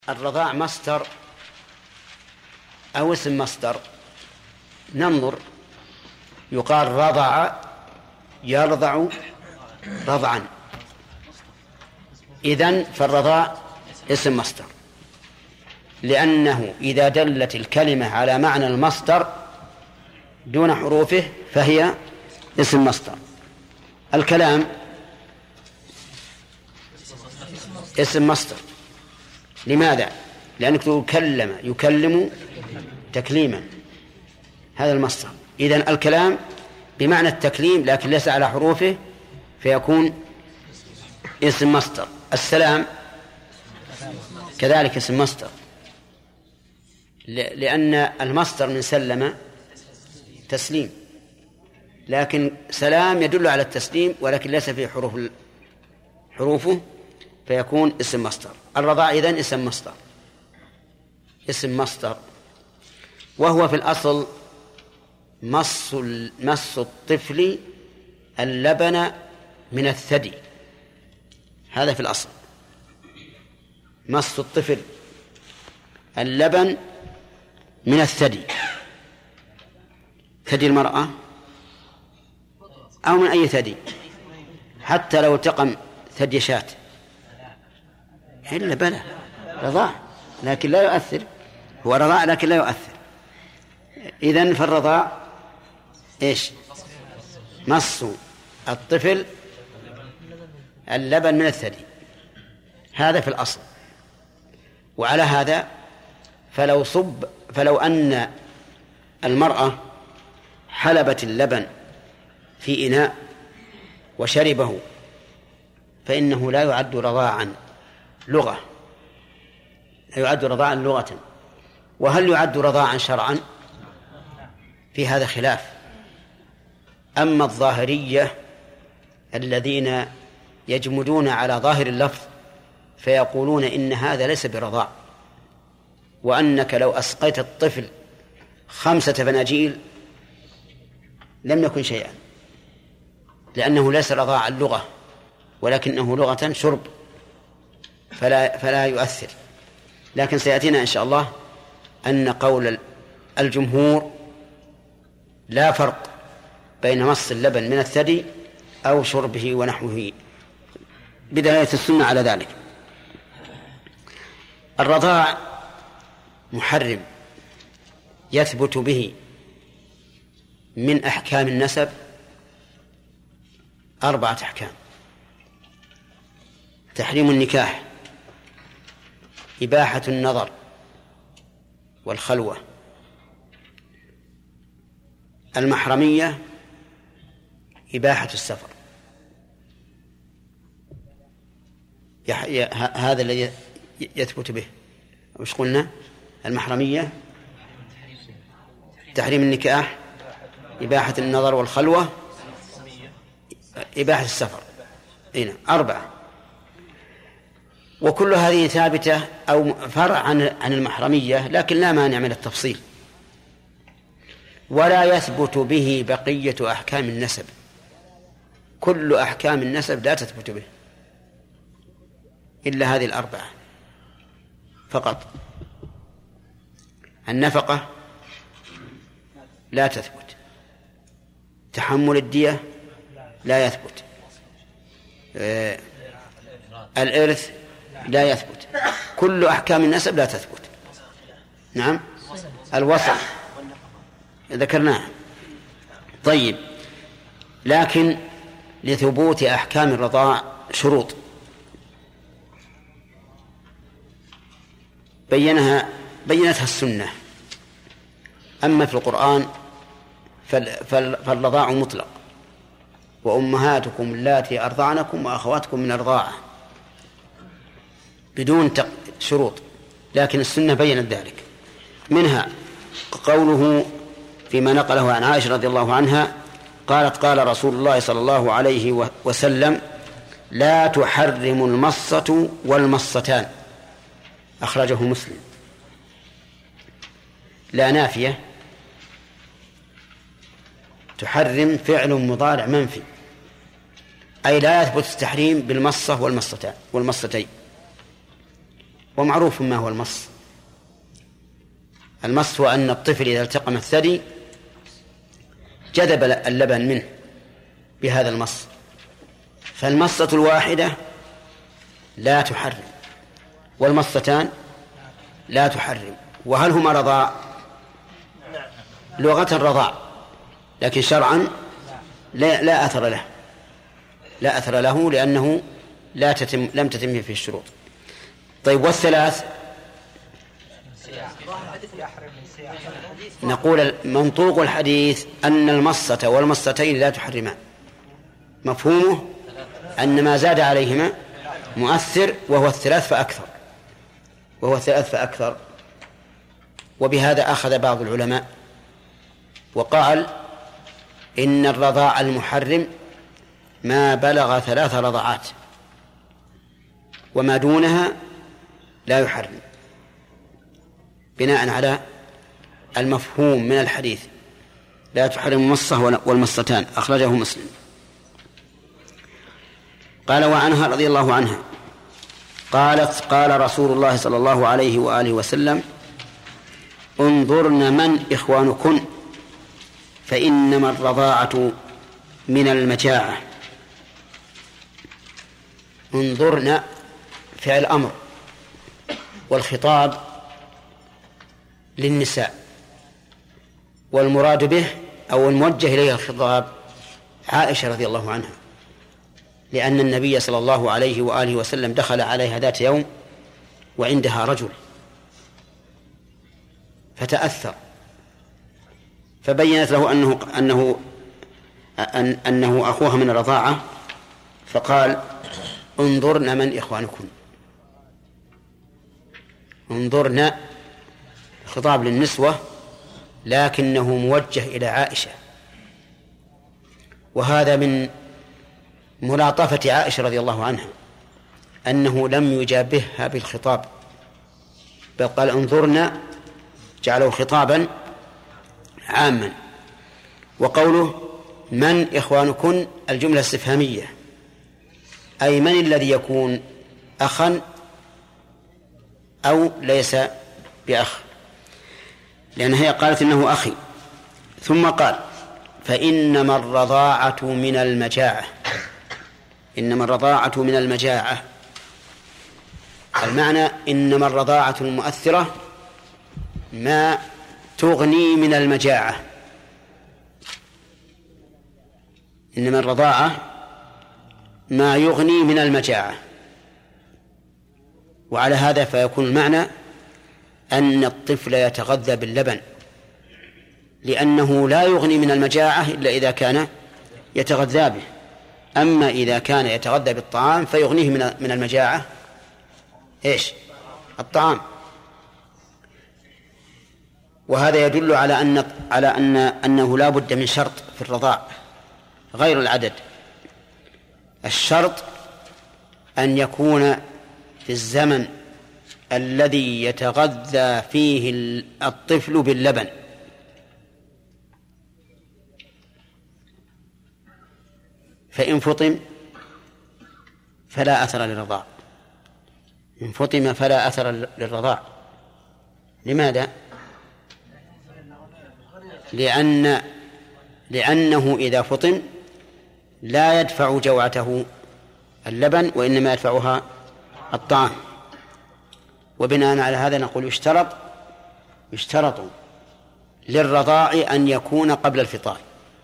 الرضاع مصدر أو اسم مصدر؟ ننظر. يقال رضع يرضع رضعا، إذن فالرضاع اسم مصدر، لأنه إذا دلت الكلمة على معنى المصدر دون حروفه فهي اسم مصدر. الكلام اسم مصدر. لماذا؟ لأنك تكلم يكلم تكليما، هذا المصدر. إذن الكلام بمعنى التكليم لكن ليس على حروفه فيكون اسم مصدر. السلام كذلك اسم مصدر، لأن المصدر من سلم تسليم، لكن سلام يدل على التسليم ولكن ليس في حروفه فيكون اسم مصدر. الرضاع إذن اسم مصدر، اسم مصدر، وهو في الأصل مص الطفل اللبن من الثدي. هذا في الأصل مص الطفل اللبن من الثدي، ثدي المرأة أو من أي ثدي، حتى لو التقم ثدي شاة إلا بلى رضاع لكن لا يؤثر، هو رضاع لكن لا يؤثر. إذن فالرضاع إيش؟ مص الطفل اللبن من الثدي، هذا في الأصل. وعلى هذا فلو أن المرأة حلبت اللبن في إناء وشربه فإنه لا يعد رضاعا لغة، لا يعد رضاعا لغة. وهل يعد رضاعا شرعا؟ في هذا خلاف. أما الظاهرية الذين يجمدون على ظاهر اللفظ فيقولون إن هذا ليس برضاع، وأنك لو أسقيت الطفل 5 فناجيل لم يكن شيئا، لأنه ليس رضاعا اللغة ولكنه لغة شرب فلا يؤثر. لكن سيأتينا إن شاء الله أن قول الجمهور لا فرق بين مص اللبن من الثدي أو شربه ونحوه بدلالة السنة على ذلك. الرضاع محرم يثبت به من أحكام النسب 4 أحكام: تحريم النكاح، إباحة النظر والخلوة، المحرمية، إباحة السفر. هذا الذي يثبت به. وش قلنا؟ المحرمية، تحريم النكاح، إباحة النظر والخلوة، إباحة السفر. 4. وكل هذه ثابتة أو فرع عن المحرمية، لكن لا مانع من التفصيل. ولا يثبت به بقية أحكام النسب، كل أحكام النسب لا تثبت به إلا هذه 4 فقط. النفقة لا تثبت، تحمل الدية لا يثبت، الإرث لا يثبت، كل أحكام النسب لا تثبت. نعم، الوصل ذكرناه. طيب، لكن لثبوت أحكام الرضاع شروط بينتها السنة. أما في القرآن فالرضاع مطلق: وأمهاتكم اللاتي أرضعنكم وأخواتكم من الرضاعة، بدون شروط. لكن السنة بينت ذلك. منها قوله فيما نقله عن عائشة رضي الله عنها قالت: قال رسول الله صلى الله عليه وسلم: لا تحرم المصة والمصتان، أخرجه مسلم. لا نافية، تحرم فعل مضارع منفي، أي لا يثبت التحريم بالمصة والمصتين. ومعروف ما هو المص. المص هو أن الطفل إذا التقم الثدي جذب اللبن منه بهذا المص، فالمصة الواحدة لا تحرم والمصتان لا تحرم. وهل هما رضاع؟ لغة رضاع، لكن شرعا لا أثر له، لا أثر له لأنه لم تتم فيه الشروط. طيب والثلاث؟ نقول منطوق الحديث أن المصة والمصتين لا تحرمان، مفهومه أن ما زاد عليهما مؤثر وهو الثلاث فأكثر. وبهذا أخذ بعض العلماء وقال إن الرضاع المحرم ما بلغ 3 رضعات، وما دونها لا يحرم، بناء على المفهوم من الحديث لا تحرم المصة والمصتان، أخرجه مسلم. قال وعنها رضي الله عنها قالت قال رسول الله صلى الله عليه وآله وسلم انظرن من إخوانكن فإنما الرضاعة من المجاعة. انظرن فعل أمر، والخطاب للنساء، والمراد به أو الموجه إليه الخطاب عائشة رضي الله عنها، لأن النبي صلى الله عليه وآله وسلم دخل عليها ذات يوم وعندها رجل فتأثر، فبينت له أنه أخوها من الرضاعة، فقال انظرن من إخوانكم. انظرن خطاب للنسوة لكنه موجه إلى عائشة، وهذا من ملاطفة عائشة رضي الله عنها أنه لم يجابهها بالخطاب، بل قال انظرن، جعله خطابا عاما. وقوله من إخوانكن الجملة استفهامية، أي من الذي يكون أخا أو ليس بأخ، لأن هي قالت إنه أخي، ثم قال فإنما الرضاعة من المجاعة. إنما الرضاعة من المجاعة، المعنى إنما الرضاعة المؤثرة ما تغني من المجاعة. إنما الرضاعة ما يغني من المجاعة. وعلى هذا فيكون المعنى أن الطفل يتغذى باللبن، لأنه لا يغني من المجاعة إلا إذا كان يتغذى به. أما إذا كان يتغذى بالطعام فيغنيه من المجاعة إيش؟ الطعام. وهذا يدل على أنه لا بد من شرط في الرضاع غير العدد. الشرط أن يكون في الزمن الذي يتغذى فيه الطفل باللبن، فإن فطم فلا أثر للرضاع. إن فطم فلا أثر للرضاع. لماذا؟ لأنه إذا فطم لا يدفع جوعته اللبن، وإنما يدفعها الطعام. وبناء على هذا نقول يشترط للرضاع أن يكون قبل الفطام.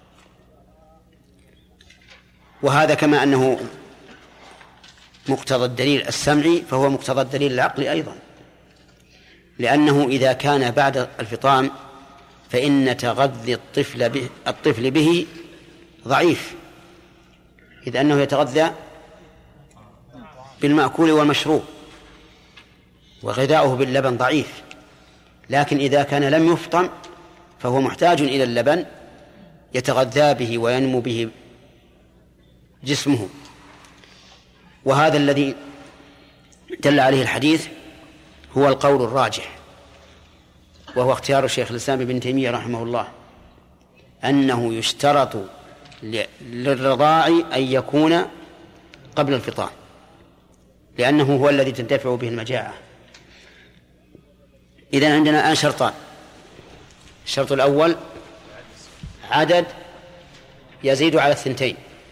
وهذا كما أنه مقتضى الدليل السمعي فهو مقتضى الدليل العقلي أيضا، لأنه إذا كان بعد الفطام فإن تغذي الطفل به ضعيف، إذ أنه يتغذى بالمأكول والمشروب وغذاؤه باللبن ضعيف. لكن إذا كان لم يفطم فهو محتاج إلى اللبن يتغذى به وينمو به جسمه. وهذا الذي دل عليه الحديث هو القول الراجح، وهو اختيار شيخ الإسلام ابن تيمية رحمه الله، أنه يشترط للرضاع أن يكون قبل الفطام، لأنه هو الذي تنتفع به المجاعة. إذن عندنا الآن شرطان. الشرط الأول عدد يزيد على 2،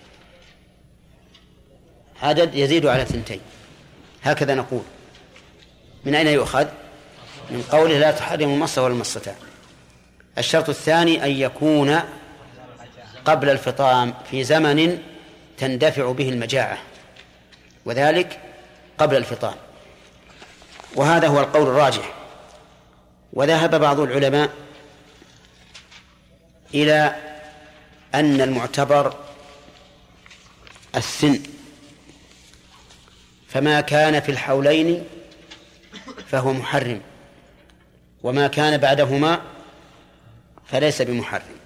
عدد يزيد على 2، هكذا نقول. من أين يؤخذ؟ من قوله لا تحرم المصة ولا المصتان. الشرط الثاني أن يكون قبل الفطام في زمن تندفع به المجاعة، وذلك قبل الفطام، وهذا هو القول الراجح. وذهب بعض العلماء إلى أن المعتبر السن، فما كان في الحولين فهو محرم، وما كان بعدهما فليس بمحرم،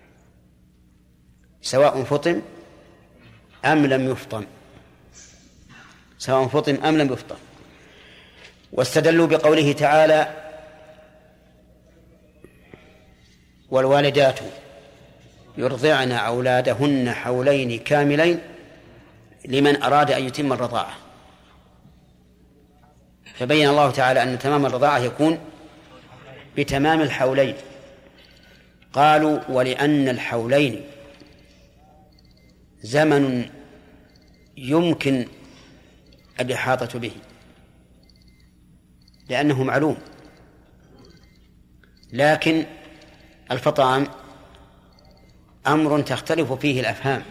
سواء فطم أم لم يفطم، سواء فطم أم لم يفطم. واستدلوا بقوله تعالى: والوالدات يرضعن أولادهن حولين كاملين لمن أراد أن يتم الرضاعة. فبين الله تعالى أن تمام الرضاعة يكون بتمام الحولين. قالوا: ولأن الحولين زمن يمكن الإحاطة به لأنه معلوم، لكن الفطام أمر تختلف فيه الأفهام،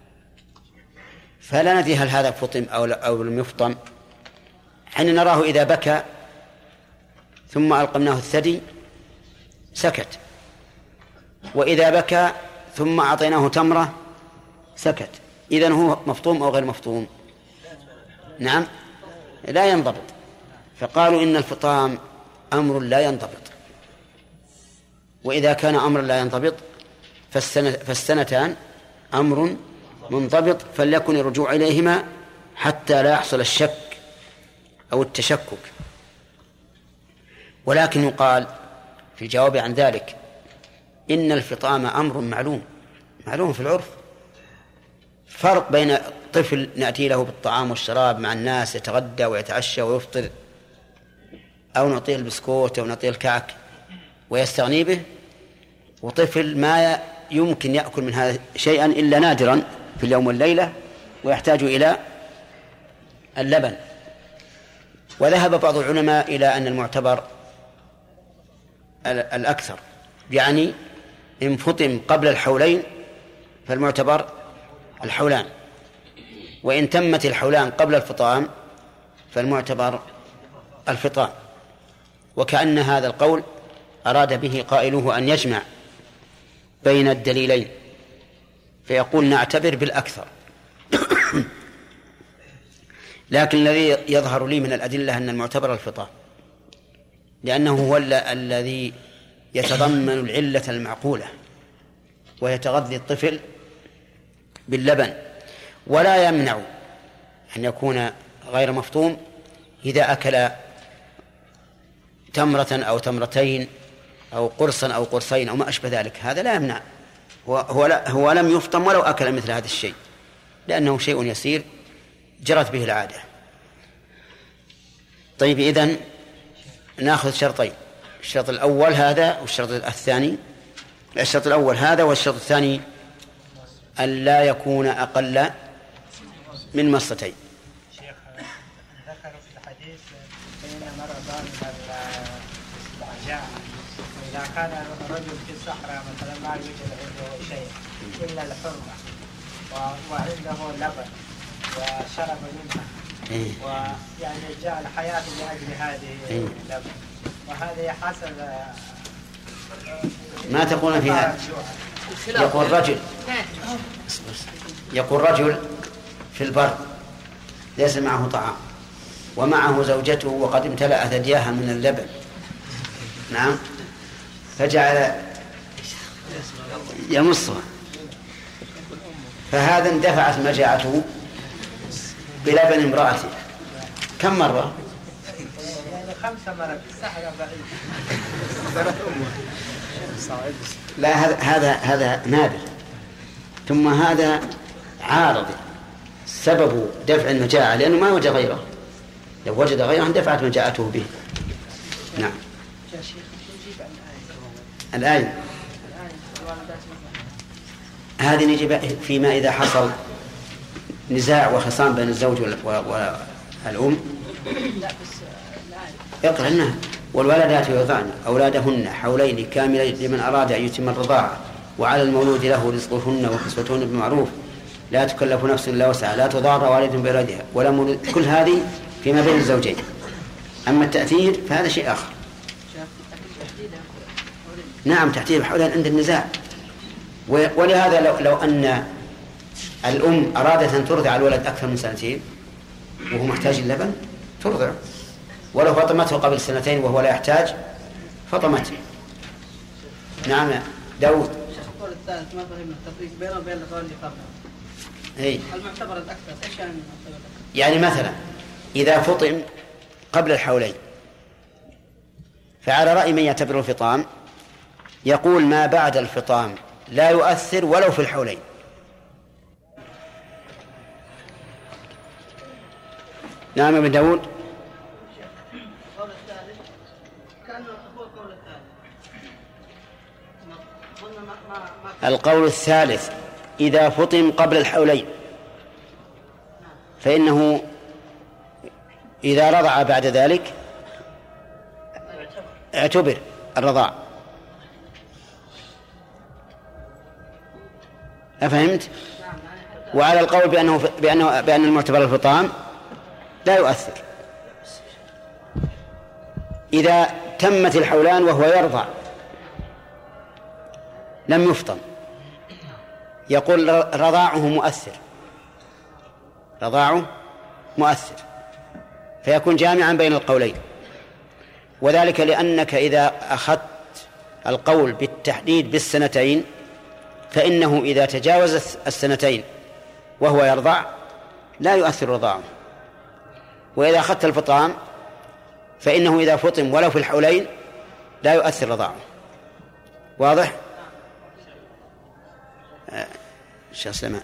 فلا ندري هل هذا فطم أو لم يفطم. حين نراه إذا بكى ثم ألقمناه الثدي سكت، وإذا بكى ثم أعطيناه تمرة سكت. إذن هو مفطوم أو غير مفطوم؟ نعم، لا ينضبط. فقالوا إن الفطام أمر لا ينضبط، وإذا كان أمرا لا ينضبط فالسنتان أمر منضبط، فليكن الرجوع إليهما حتى لا يحصل الشك أو التشكك. ولكن يقال في الجواب عن ذلك إن الفطام أمر معلوم في العرف. فرق بين طفل نأتي له بالطعام والشراب مع الناس يتغدى ويتعشى ويفطر، أو نعطيه البسكوت أو نعطيه الكعك ويستغني به، وطفل ما يمكن يأكل من هذا شيئا إلا نادرا في اليوم والليلة ويحتاج إلى اللبن. وذهب بعض العلماء إلى أن المعتبر الأكثر، يعني إن فطم قبل الحولين فالمعتبر الحولان، وإن تمت الحولان قبل الفطام فالمعتبر الفطام. وكأن هذا القول أراد به قائله أن يجمع بين الدليلين، فيقول نعتبر بالأكثر. لكن الذي يظهر لي من الأدلة أن المعتبر الفطام، لأنه هو الذي يتضمن العلة المعقولة، ويتغذي الطفل باللبن. ولا يمنع أن يكون غير مفطوم إذا أكل تمرة أو تمرتين أو قرصا أو قرصين أو ما أشبه ذلك، هذا لا يمنع. هو لم يفطم ولو أكل مثل هذا الشيء، لأنه شيء يسير جرت به العادة. طيب، إذن نأخذ شرطين: الشرط الأول هذا والشرط الثاني. الشرط الأول هذا، والشرط الثاني أن لا يكون أقل من مصتين. شيخ، ذكروا في الحديث بين مرضان من الجاع، إذا كان رجل في الصحراء مثلا ما يوجد عنده شيء إلا الحرمة وعنده لبن وشرب منها، ويعني جاء الحياة لأجل هذه اللبن، وهذه حسب ما تقول فيها. يقول رجل في البر ليس معه طعام ومعه زوجته وقد امتلأ ثدياها من اللبن، نعم، فجعل يمصها، فهذا اندفعت مجاعته بلبن امرأته. كم مرة؟ يعني 5 مرات. السحرة بعيد. لا، هذا نادر، ثم هذا عارض، سبب دفع المجاعة لأنه ما وجد غيره، لو وجد غيره اندفعت مجاعته به. نعم. يا شيخ نجيب عن الآية. هذه نجيب فيما إذا حصل نزاع وخصام بين الزوج والأم. لا بس اقرأ لنا. والولدات يرضعن أولادهن حولين كاملين لمن أراد أن يتم الرضاعة وعلى المولود له رزقهن وكسوتهن بالمعروف لا تكلف نفس إلا وسعها لا تضار والد بولدها ولا مولود. كل هذه فيما بين الزوجين. أما التأثير فهذا شيء آخر. نعم تحديد حولين عند النزاع. ولهذا لو أن الأم أرادت أن ترضع الولد أكثر من 2 سنين وهو محتاج اللبن ترضع، ولو فطمته قبل 2 سنين وهو لا يحتاج فطمته. نعم داود. القول الثالث ما فهمنا التفريق بينه وبين القول اللي قبله. المعتبر الأكثر إيش يعني المعتبر الأكثر؟ يعني مثلا إذا فطم قبل الحولين فعلى رأي من يعتبر الفطام يقول ما بعد الفطام لا يؤثر ولو في الحولين. نعم ابن داود. القول الثالث إذا فطم قبل الحولين فإنه إذا رضع بعد ذلك اعتبر الرضاع. أفهمت؟ وعلى القول بأن المعتبر الفطام لا يؤثر. إذا تمت الحولان وهو يرضع لم يفطم يقول رضاعه مؤثر، رضاعه مؤثر، فيكون جامعا بين القولين. وذلك لأنك إذا أخذت القول بالتحديد بالسنتين فإنه إذا تجاوز 2 وهو يرضع لا يؤثر رضاعه، وإذا أخذت الفطام فإنه إذا فطم ولو في الحولين لا يؤثر رضاعه. واضح؟ شيخ سلمان.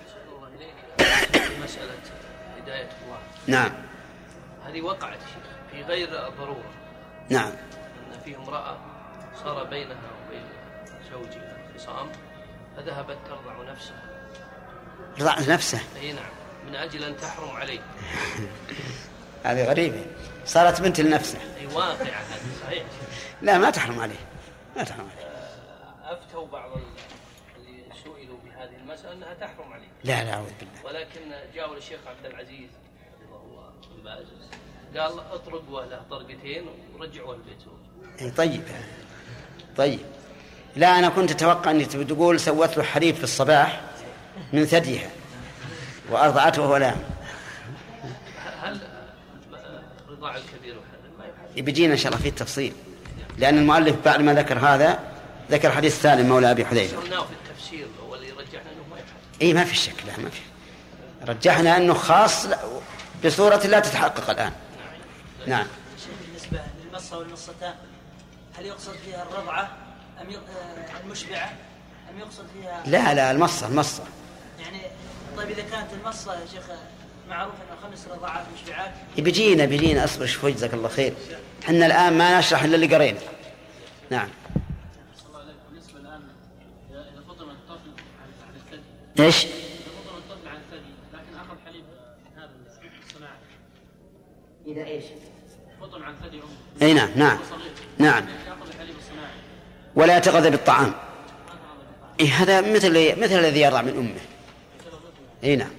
مسألة هداية الله. نعم. هذه وقعت في غير ضرورة. نعم. أن فيه امرأة صار بينها وبين زوجها خصام فذهبت ترضع نفسها. رضع نفسه؟ أي نعم، من أجل أن تحرم عليه. هذه غريبة، صارت بنت لنفسه. أي واقعة هذا صحيح. لا ما تحرم عليه، ما تحرم عليه. أفتوا بعض اللي سئلوا بهذه المسألة أنها تحرم عليه. لا أعوذ بالله. ولكن جاءوا للشيخ عبد العزيز رحمه الله بن باز قال اطرقوا له طرقتين ورجعوا البيت. طيب لا أنا كنت أتوقع أنك تقول سوت له حليب في الصباح من ثديها وأرضعته وهو نائم. هل رضاع الكبير ما يحدث؟ بيجينا إن شاء الله فيه التفصيل، لأن المؤلف بعد ما ذكر هذا ذكر حديث سالم مولى أبي حذيفة. شرناه في التفسير واللي رجحنا أنه ما يحدث. إيه ما في شك، لا ما في، رجحنا أنه خاص بصورة لا تتحقق الآن. نعم. بالنسبة للمصة والمصتان هل يقصد فيها الرضعة أم المشبعة أم يقصد فيها؟ لا المصة. يعني طيب إذا كانت المصة يا شيخ معروف أنه 5 رضعات مشبعات. بيجينا أصبر شوي جزاك الله خير، حنا الآن ما نشرح إلا اللي قرينا. نعم. بالنسبة الآن إذا فطم الطفل عن الثدي. إيش؟ إذا فطم الطفل عن الثدي لكن أخذ حليب هذا الصناعي. إذا إيش؟ فطم عن ثدي أمه. أي نعم. يأخذ الحليب الصناعي. ولا يتغذى بالطعام. إيه هذا مثل الذي يرضع من أمه. أي نعم.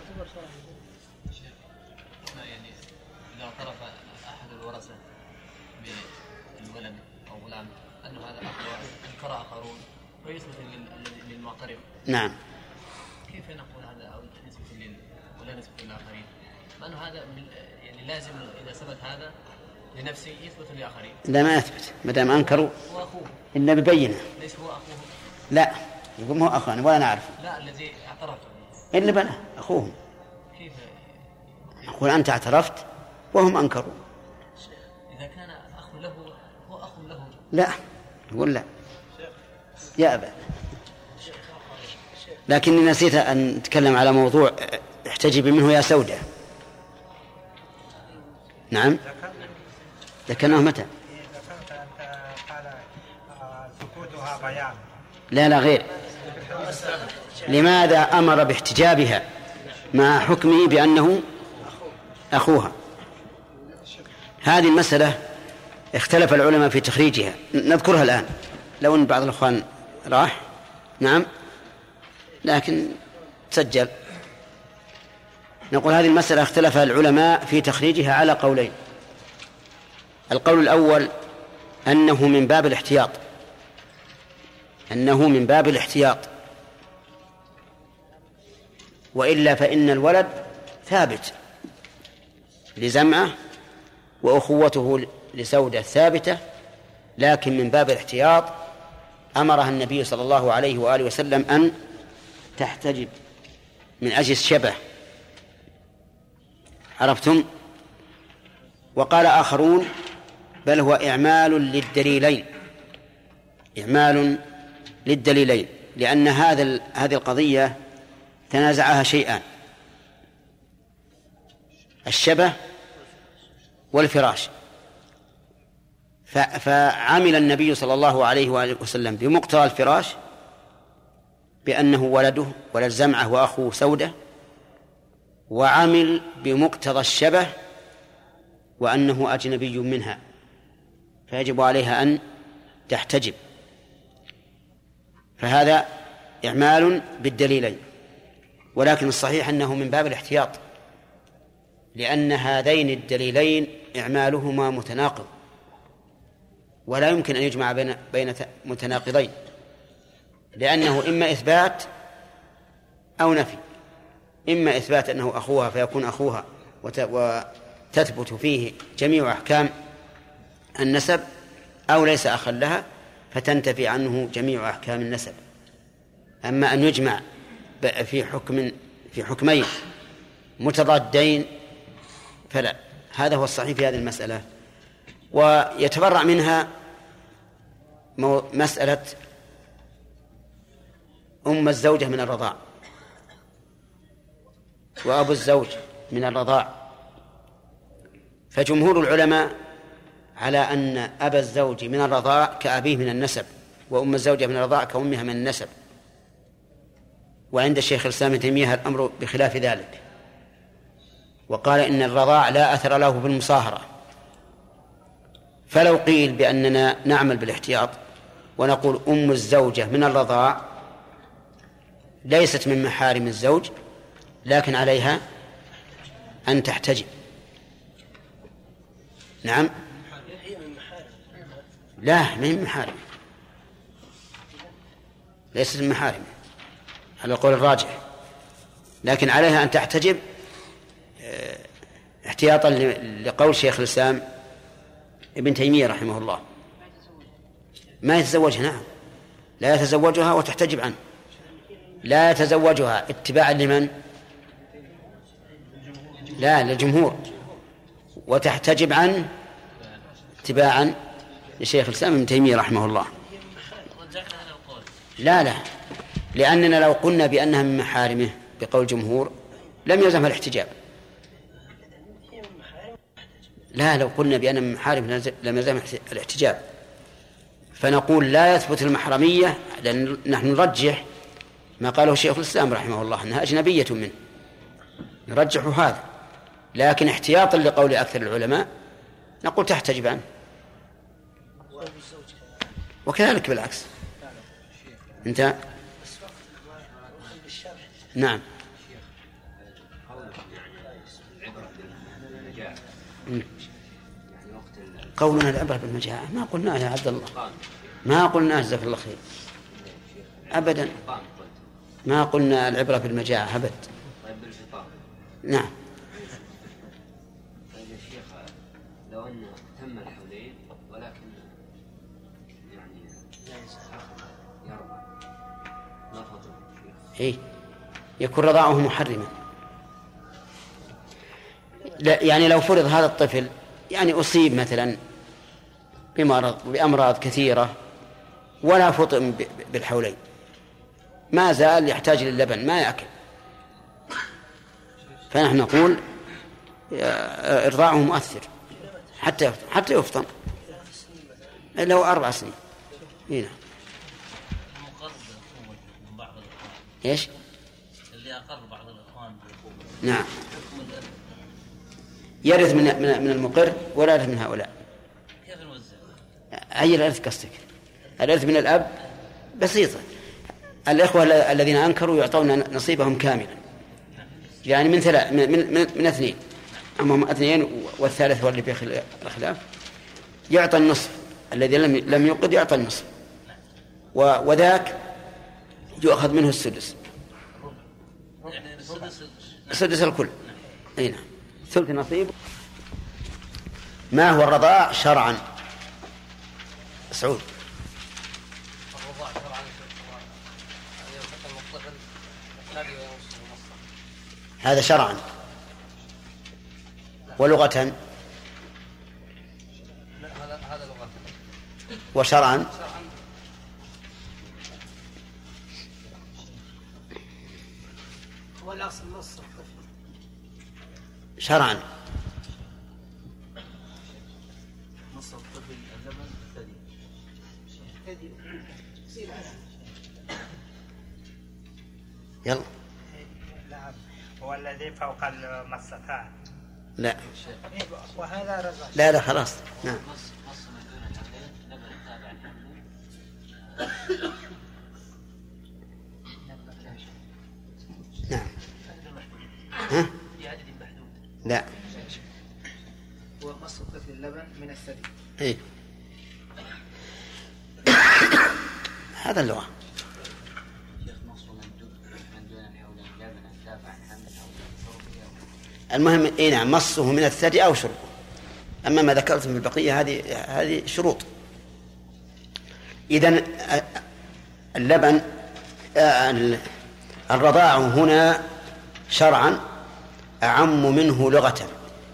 يعني إذا اعترف أحد الورثة بالولد أو غلام أنه هذا أنكر آخرون ويثبت للمعترف. نعم. كيف نقول هذا أو نسبة ولا نسبة للآخرين؟ لأنه هذا يعني لازم إذا ثبت هذا لنفسه يثبت للآخرين. لا ما يثبت ما دام أنكروا. هو أخوه. إلا ببينه. ليس هو أخوه. لا يقول هو أخوان ولا نعرف. لا الذي اعترف. إلا بنا أخوهم. كيف؟ يقول أنت اعترفت وهم أنكروا. إذا كان أخ له هو أخ له. لا يقول لا يا أبا. لكني نسيت أن نتكلم على موضوع احتجب منه يا سودة. نعم ذكرناه متى؟ بيان. لا غير. لماذا أمر باحتجابها مع حكمه بأنه أخوها؟ هذه المسألة اختلف العلماء في تخريجها، نذكرها الآن لو أن بعض الأخوان راح. نعم، لكن تسجل. نقول هذه المسألة اختلف العلماء في تخريجها على قولين. القول الأول أنه من باب الاحتياط، وإلا فإن الولد ثابت لزمعة وأخوته لسودة ثابتة، لكن من باب الاحتياط أمرها النبي صلى الله عليه وآله وسلم أن تحتجب من أجل الشبه. عرفتم؟ وقال آخرون بل هو إعمال للدليلين، لأن هذه القضية تنازعها شيئان: الشبه والفراش. فعمل النبي صلى الله عليه وآله وسلم بمقتضى الفراش بأنه ولده ولد زمعة وأخوه سودة، وعمل بمقتضى الشبه وأنه أجنبي منها فيجب عليها أن تحتجب. فهذا إعمال بالدليلين، ولكن الصحيح أنه من باب الاحتياط، لأن هذين الدليلين إعمالهما متناقض، ولا يمكن أن يجمع بين متناقضين، لأنه إما إثبات أو نفي. إما إثبات أنه أخوها فيكون أخوها وتثبت فيه جميع أحكام النسب، أو ليس أخا لها فتنتفي عنه جميع أحكام النسب. أما أن يجمع في حكمين متضادين فلا. هذا هو الصحيح في هذه المسألة. ويتبرع منها مسألة أم الزوجة من الرضاع وأبو الزوج من الرضاع. فجمهور العلماء على أن أبا الزوج من الرضاع كأبيه من النسب، وأم الزوجة من الرضاع كأمها من النسب. وعند الشيخ الإسلام ابن تيمية الأمر بخلاف ذلك، وقال إن الرضاع لا أثر له بالمصاهرة. فلو قيل بأننا نعمل بالاحتياط ونقول أم الزوجة من الرضاع ليست من محارم الزوج، لكن عليها أن تحتجب. نعم، لا من محارم، ليست من محارم على القول الراجح، لكن عليها أن تحتجب احتياطا لقول شيخ الإسلام ابن تيمية رحمه الله. ما يتزوجها، نعم لا يتزوجها وتحتجب عنه، لا يتزوجها اتباعا لمن؟ لا، للجمهور، وتحتجب عنه اتباعا لشيخ الإسلام ابن تيمية رحمه الله. لا، لأننا لو قلنا بأنها من محارمه بقول جمهور لم يلزمها الاحتجاب. لا، لو قلنا بأنها من محارم لم يلزمها الاحتجاب. فنقول لا يثبت المحرمية، لأن نحن نرجح ما قاله شيخ الإسلام رحمه الله أنها أجنبية منه، نرجح هذا، لكن احتياطا لقول أكثر العلماء نقول تحتجب عنه. وكذلك بالعكس. انت نعم. قولنا العبرة بالمجاعة ما قلناه يا عبد الله، ما قلناه جزاك الله خير أبدا، ما قلنا العبرة بالمجاعة أبدا. نعم. طيب يا شيخ، لو أن تم الحولين ولكن يعني يرضى ما فضل إيه يكون رضاعه محرما. يعني لو فرض هذا الطفل يعني أصيب مثلا بأمراض كثيرة ولا فطم بالحولين، ما زال يحتاج للبن ما يأكل، فنحن نقول إرضاعه مؤثر حتى يفطم له 4 سنين. هنا إيش؟ اللي أقر بعض الإخوان بالعقوبة. نعم. يرث من المقر ولا يرث من هؤلاء. كيف نوزع؟ أي الإرث قصدك؟ الإرث من الأب بسيطة. الإخوة الذين أنكروا يعطون نصيبهم كاملا، يعني من اثنين، أما هم اثنين والثالث هو اللي فيه الخلاف، يعطى النصف. الذي لم يوقد يعطى النصف، وذاك يؤخذ منه السدس. يعني السدس الكل. أي نعم. ثلث نصيب. ما هو الرضاع شرعا؟ سعود. الرضاع شرعا أن يلتقم الطفل الثدي ويمص المصة. هذا شرعا. ولغة؟ لا، هذا لغة. وشرعا؟ هو الأصل نص الطفل شرعا. نص الطفل اللبن الثدي. يلا. نعم، هو الذي فوق المصتان. لا وهذا رضع. لا خلاص. نعم. مص من دون الحملين لبن التابع الحمل. نعم. ها؟ بعدد محدود. لا. هو مص الطفل اللبن من الثدي. إيه. هذا اللغة. شيخ مص من دون الحولين لبن التابع الحمل أو شربه. المهم إيه نعم، مصه من الثدي أو شربه. أما ما ذكرتم في البقية هذه شروط. إذن اللبن الرضاع هنا شرعا أعم منه لغة،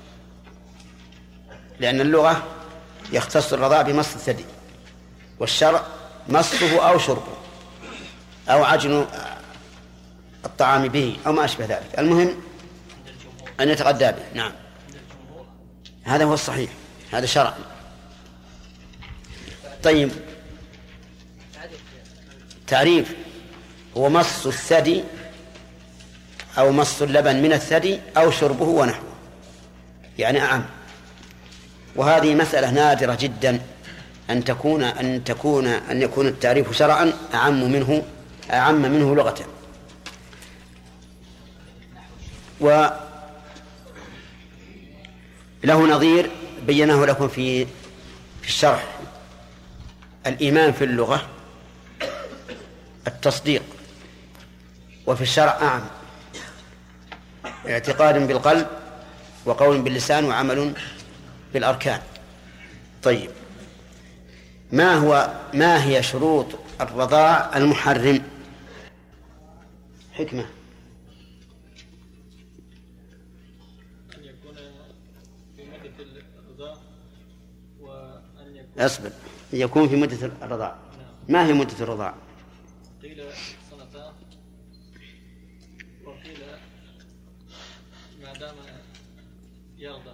لأن اللغة يختص الرضاع بمص الثدي، والشرع مصه أو شربه أو عجن الطعام به أو ما أشبه ذلك. المهم أن يتغذى به. نعم، هذا هو الصحيح، هذا شرع. طيب، تعريف هو مص الثدي أو مص اللبن من الثدي أو شربه ونحوه، يعني أعم. وهذه مسألة نادرة جدا أن يكون التعريف شرعا أعم منه لغة. وله نظير بيناه لكم في الشرح. الإيمان في اللغة التصديق، وفي الشرع أعم، اعتقاد بالقلب وقول باللسان وعمل بالأركان. طيب، ما هي شروط الرضاع المحرم؟ حكمة. أن يكون في مدة الرضاع وأن يكون يكون في مدة الرضاع. ما هي مدة الرضاع؟ قيل سنتان وقيل ما دام يرضع.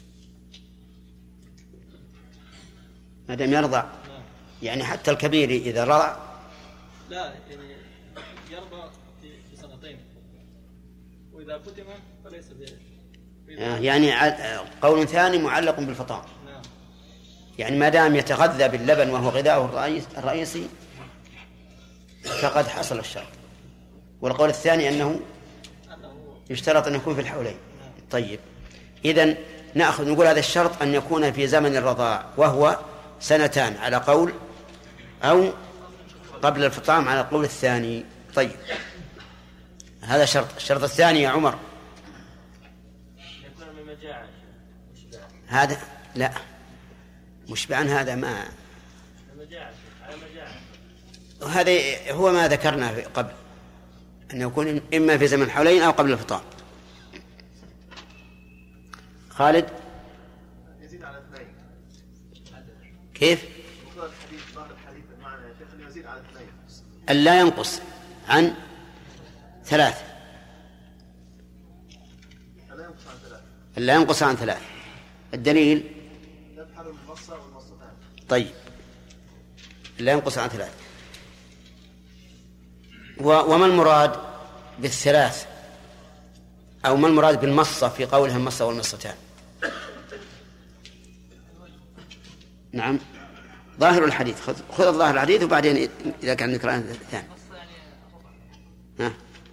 ما دام يرضع، يعني حتى الكبير إذا رضع؟ لا، يعني يرضع في سنتين، وإذا كتم فليس يعني قول ثاني معلق بالفطام. نعم. يعني ما دام يتغذى باللبن وهو غذاؤه الرئيسي فقد حصل الشرط. والقول الثاني أنه يشترط أن يكون في الحولين. طيب، إذن نقول هذا الشرط أن يكون في زمن الرضاع، وهو سنتان على قول، أو قبل الفطام على القول الثاني. طيب، هذا شرط. الشرط الثاني يا عمر يكون من مجاعة. هذا لا مشبعا، هذا ما مجاعة على مجاعة. هذا هو ما ذكرنا قبل، أن يكون إما في زمن الحولين أو قبل الفطام. خالد يزيد على 2. كيف؟ مقتضى الحديث ظاهر الحديث المعنى يا شيخ انه يزيد على 2. ألا ينقص عن 3. ألا ينقص عن 3. الدليل يفحل المصة والمصتان. طيب، ألا ينقص عن 3. وما المراد بالثلاث أو ما المراد بالمصة في قولها المصة والمصتان؟ نعم ظاهر الحديث، خذ ظاهر الحديث وبعدين إذا كان نقرأ الثاني. ها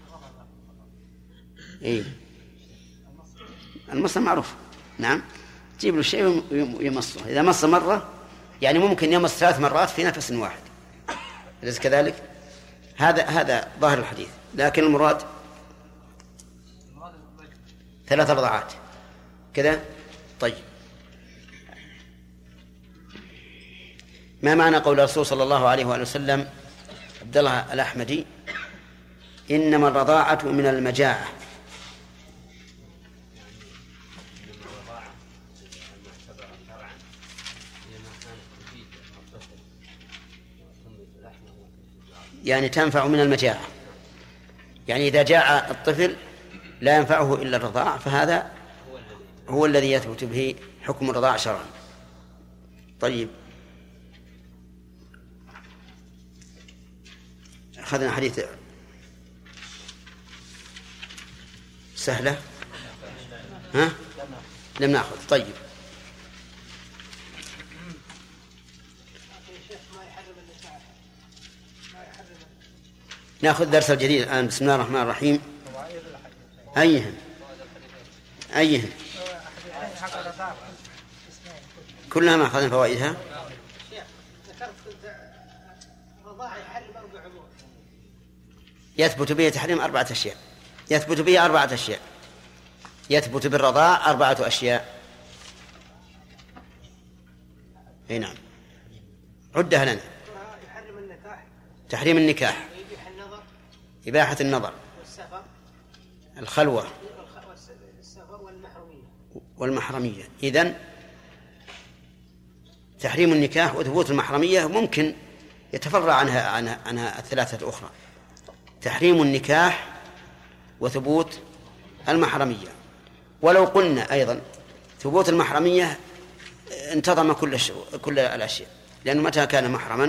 إيه المصة معروف. نعم جيب له شيء ويمصه. إذا مص مرة يعني ممكن يمص 3 مرات في نفس واحد، أليس كذلك؟ هذا ظاهر الحديث. لكن المراد 3 رضعات كذا. طيب ما معنى قول الرسول صلى الله عليه وآله وسلم عبد الله الأحمدي إنما الرضاعة من المجاعة؟ يعني تنفع من المجاعة، يعني إذا جاع الطفل لا ينفعه إلا الرضاع، فهذا هو الذي يثبت به حكم الرضاع شرعا. طيب أخذنا حديث سهلة، ها؟ لم نأخذ. طيب نأخذ درس الجديد الآن. بسم الله الرحمن الرحيم. أيهن كلها ما أخذنا فوائدها. يثبت به تحريم 4 أشياء. يثبت به 4 أشياء. يثبت بالرضاع 4 أشياء. أي نعم عدها لنا. تحريم النكاح، إباحة النظر، الخلوة والمحرمية. إذن تحريم النكاح وثبوت المحرمية ممكن يتفرع عنها 3 الأخرى. تحريم النكاح وثبوت المحرمية. ولو قلنا أيضا ثبوت المحرمية انتظم كل الأشياء، لأنه متى كان محرما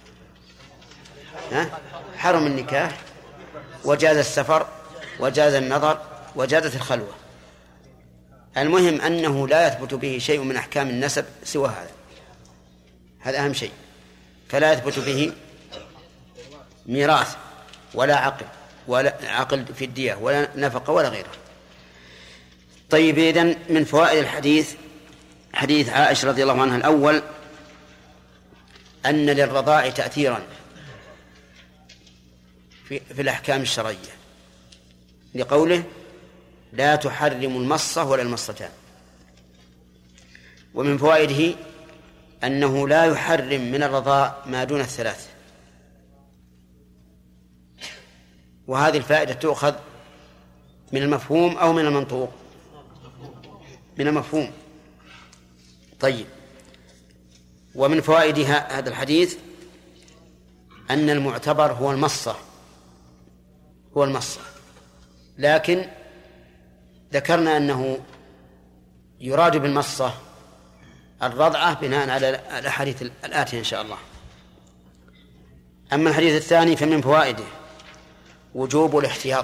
حرم النكاح وجاز السفر وجاز النظر وجازت الخلوة. المهم أنه لا يثبت به شيء من أحكام النسب سوى هذا أهم شيء. فلا يثبت به ميراث ولا عقل في الدية ولا نفقة ولا غيره. طيب إذن من فوائد الحديث حديث عائشة رضي الله عنها الأول أن للرضاع تأثيرا في الأحكام الشرعية لقوله لا تحرم المصة ولا المصتان. ومن فوائده أنه لا يحرم من الرضاع ما دون 3. وهذه الفائدة تؤخذ من المفهوم أو من المنطوق؟ من المفهوم. طيب ومن فوائد هذا الحديث أن المعتبر هو المصة، لكن ذكرنا أنه يراد بالمصة الرضعة بناء على الأحاديث الآتية إن شاء الله. أما الحديث الثاني فمن فوائده وجوب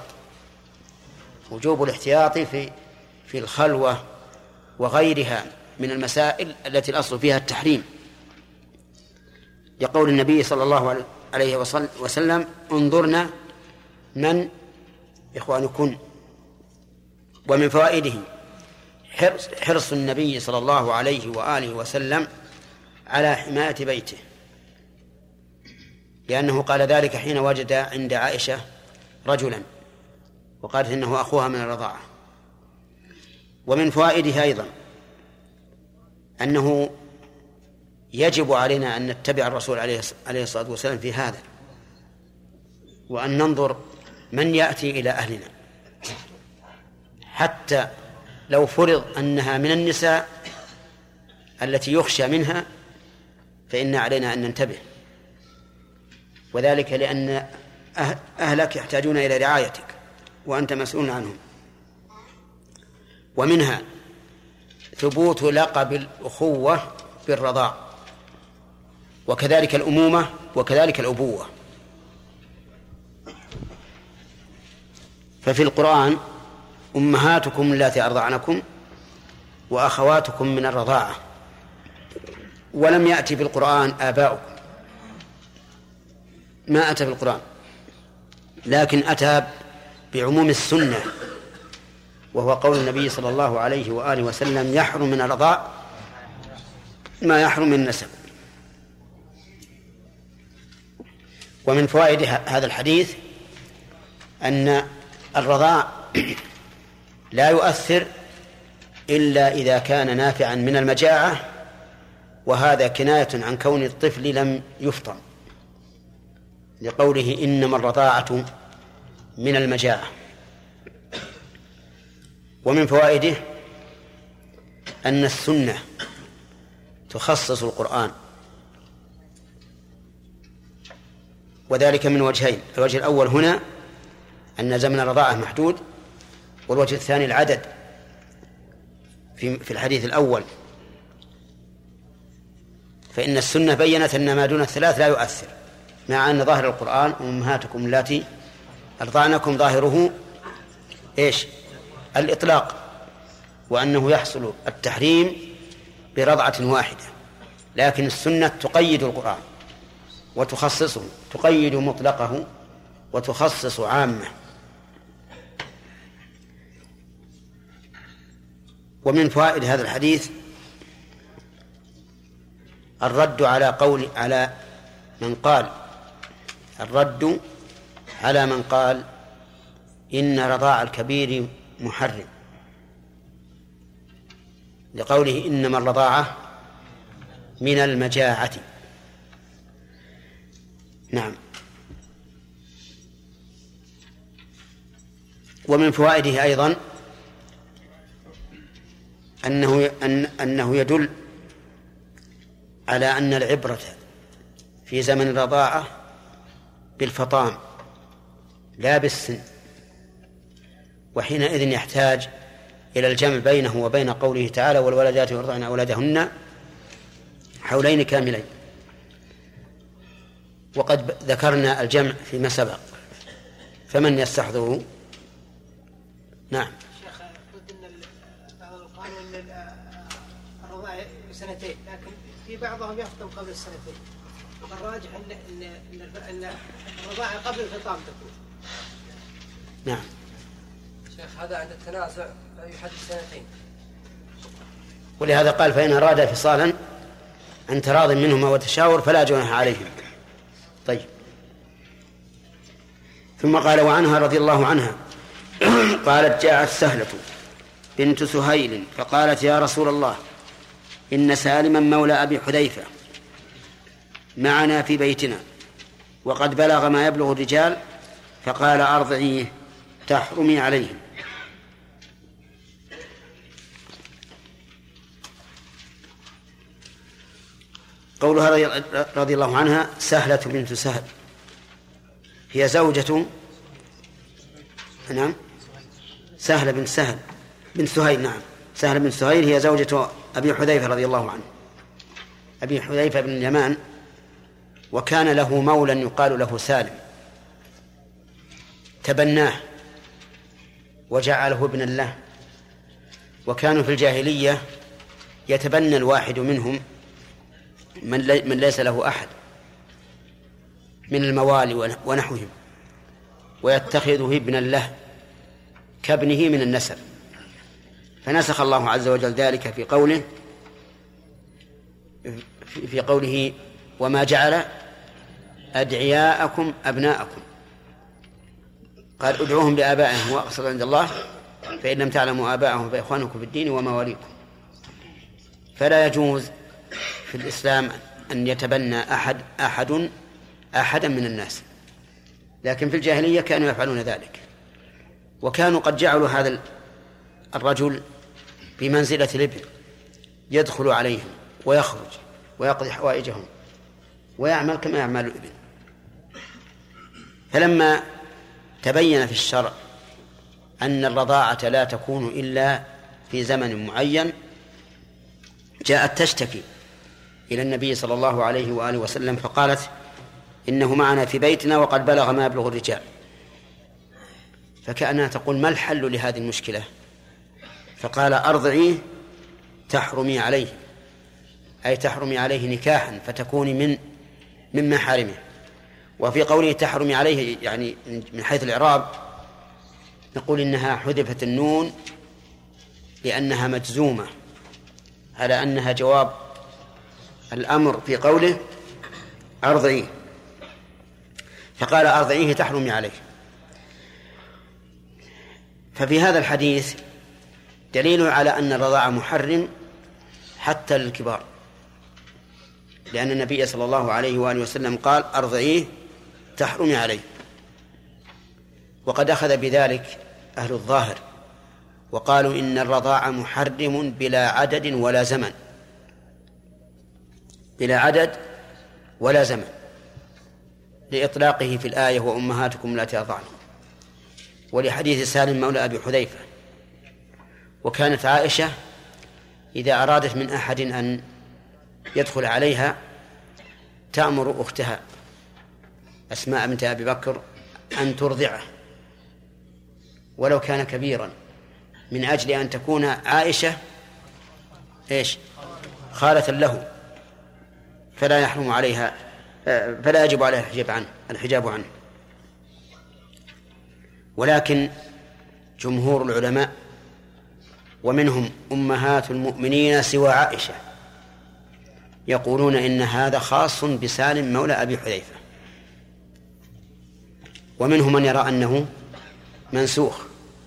الاحتياط في الخلوة وغيرها من المسائل التي الأصل فيها التحريم، لقول النبي صلى الله عليه وسلم انظرنا من إخوانكن. ومن فوائده حرص النبي صلى الله عليه وآله وسلم على حماية بيته، لأنه قال ذلك حين وجد عند عائشة رجلا وقالت إنه أخوها من الرضاعة. ومن فوائده أيضا أنه يجب علينا أن نتبع الرسول عليه الصلاة والسلام في هذا، وأن ننظر من يأتي إلى أهلنا، حتى لو فرض أنها من النساء التي يخشى منها فإن علينا أن ننتبه، وذلك لأن أهلك يحتاجون إلى رعايتك وأنت مسؤول عنهم. ومنها ثبوت لقب الأخوة بالرضاع، وكذلك الأمومة وكذلك الأبوة. ففي القرآن أمهاتكم اللاتي أرضعنكم وأخواتكم من الرضاعة، ولم يأتي في القرآن آباؤكم، ما أتى في القرآن، لكن أتى بعموم السنة، وهو قول النبي صلى الله عليه وآله وسلم: يحرم من الرضاع ما يحرم من النسب. ومن فوائد هذا الحديث أن الرضاع لا يؤثر إلا إذا كان نافعا من المجاعة، وهذا كناية عن كون الطفل لم يفطم، لقوله: إنما الرضاعة من المجاعة. ومن فوائده أن السنة تخصص القرآن، وذلك من وجهين: الوجه الأول هنا أن زمن الرضاعة محدود، والوجه الثاني العدد في الحديث الأول، فإن السنة بيّنت أن ما دون الثلاث لا يؤثر، مع أن ظاهر القرآن: أمهاتكم اللاتي أرضعنكم، ظاهره إيش؟ الإطلاق، وأنه يحصل التحريم برضعة واحدة، لكن السنة تقيد القرآن وتخصصه، تقيد مطلقه وتخصص عامة. ومن فوائد هذا الحديث الرد على من قال إن رضاع الكبير محرم، لقوله: إنما الرضاعة من المجاعة. نعم. ومن فوائده أيضا أنه يدل على أن العبرة في زمن الرضاعة بالفطام لا بالسن، وحينئذ يحتاج إلى الجمع بينه وبين قوله تعالى: والولدات يرضعن أولادهن حولين كاملين. وقد ذكرنا الجمع فيما سبق، فمن يستحضره؟ نعم. شيخ، قلت ان بعض القانون ان الرضاعة سنتين، لكن في بعضهم يفطم قبل السنتين، والراجح ان الرضاعة قبل الفطام تكون. نعم. شيخ، هذا عند التنازع لا يحدد سنتين، ولهذا قال: فإن أراد فصالا عن تراض منهما وتشاور فلا جناح عليهم. طيب. ثم قال: وعنها رضي الله عنها قالت: جاءت سهلة بنت سهيل فقالت: يا رسول الله، إن سالما مولى أبي حذيفة معنا في بيتنا، وقد بلغ ما يبلغ الرجال، فقال: أرضعيه تحرمي عليهم. قولها رضي الله عنها: سهلة بنت سهل، هي زوجة سهلة بنت سهيل. نعم، سهلة بنت سهيل هي زوجة أبي حذيفة رضي الله عنه، أبي حذيفة بن اليمان، وكان له مولى يقال له سالم، تبناه وجعله ابنا له. وكانوا في الجاهلية يتبنى الواحد منهم من ليس له أحد من الموالي ونحوهم، ويتخذه ابنا له كابنه من النسب. فنسخ الله عز وجل ذلك في قوله: وما جعل أدعياءكم أبناءكم، قال: ادعوهم بآبائهم وأقسط عند الله، فإن لم تعلموا آباءهم فإخوانكم في الدين ومواليكم. فلا يجوز في الإسلام أن يتبنى أحدا من الناس، لكن في الجاهلية كانوا يفعلون ذلك، وكانوا قد جعلوا هذا الرجل بمنزلة الابن، يدخل عليهم ويخرج ويقضي حوائجهم ويعمل كما يعمل الابن. فلما تبين في الشرع أن الرضاعة لا تكون إلا في زمن معين، جاءت تشتكي إلى النبي صلى الله عليه وآله وسلم، فقالت: إنه معنا في بيتنا وقد بلغ ما يبلغ الرجال. فكأنها تقول ما الحل لهذه المشكلة؟ فقال أرضعيه تحرمي عليه، أي تحرمي عليه نكاحا فتكوني من محارمه. وفي قوله تحرمي عليه يعني من حيث الإعراب نقول إنها حذفت النون لأنها مجزومة على أنها جواب الأمر في قوله أرضعيه، فقال أرضعيه تحرمي عليه. ففي هذا الحديث دليل على أن الرضاعة محرم حتى للكبار، لأن النبي صلى الله عليه وآله وسلم قال أرضعيه تحرمي عليه. وقد أخذ بذلك أهل الظاهر وقالوا إن الرضاعة محرم بلا عدد ولا زمن، بلا عدد ولا زمن، لإطلاقه في الآية وأمهاتكم اللاتي أرضعنكم، ولحديث سالم مولى أبي حذيفة. وكانت عائشة إذا أرادت من أحد أن يدخل عليها تأمر أختها أسماء بنت أبي بكر أن ترضعه ولو كان كبيرا، من أجل أن تكون عائشة خالة له، فلا يحرم عليها، فلا يجب عليها الحجاب عنه. ولكن جمهور العلماء ومنهم أمهات المؤمنين سوى عائشة يقولون إن هذا خاص بسالم مولى أبي حذيفة، ومنهم من يرى أنه منسوخ.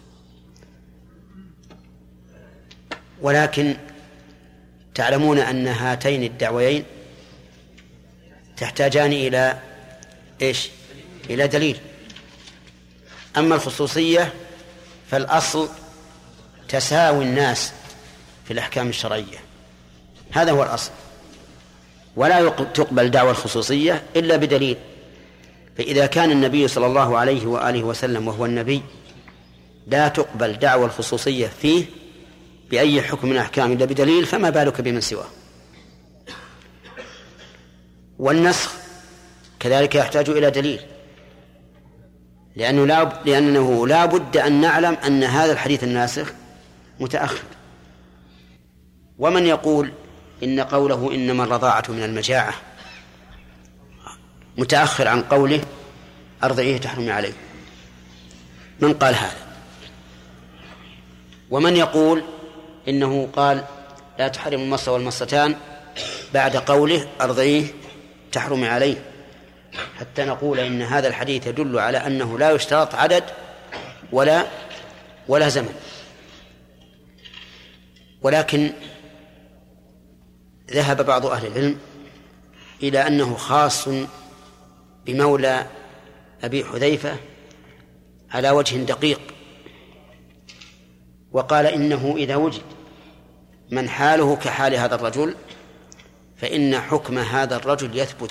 ولكن تعلمون أن هاتين الدعويين تحتاجان إلى إلى دليل. أما الخصوصية فالأصل تساوي الناس في الأحكام الشرعية، هذا هو الأصل، ولا تقبل دعوى الخصوصية إلا بدليل. فإذا كان النبي صلى الله عليه وآله وسلم وهو النبي لا تقبل دعوى الخصوصية فيه بأي حكم من أحكام إلا بدليل، فما بالك بمن سواه. والنسخ كذلك يحتاج إلى دليل، لأنه لا بد أن نعلم أن هذا الحديث الناسخ متأخر. ومن يقول إن قوله إنما الرضاعة من المجاعة متأخر عن قوله أرضعيه تحرمي عليه؟ من قال هذا؟ ومن يقول إنه قال لا تحرم المصة والمصتان بعد قوله أرضعيه تحرمي عليه، حتى نقول إن هذا الحديث يدل على أنه لا يشترط عدد ولا زمن. ولكن ذهب بعض أهل العلم إلى أنه خاص بمولى أبي حذيفة على وجه دقيق، وقال إنه إذا وجد من حاله كحال هذا الرجل فإن حكم هذا الرجل يثبت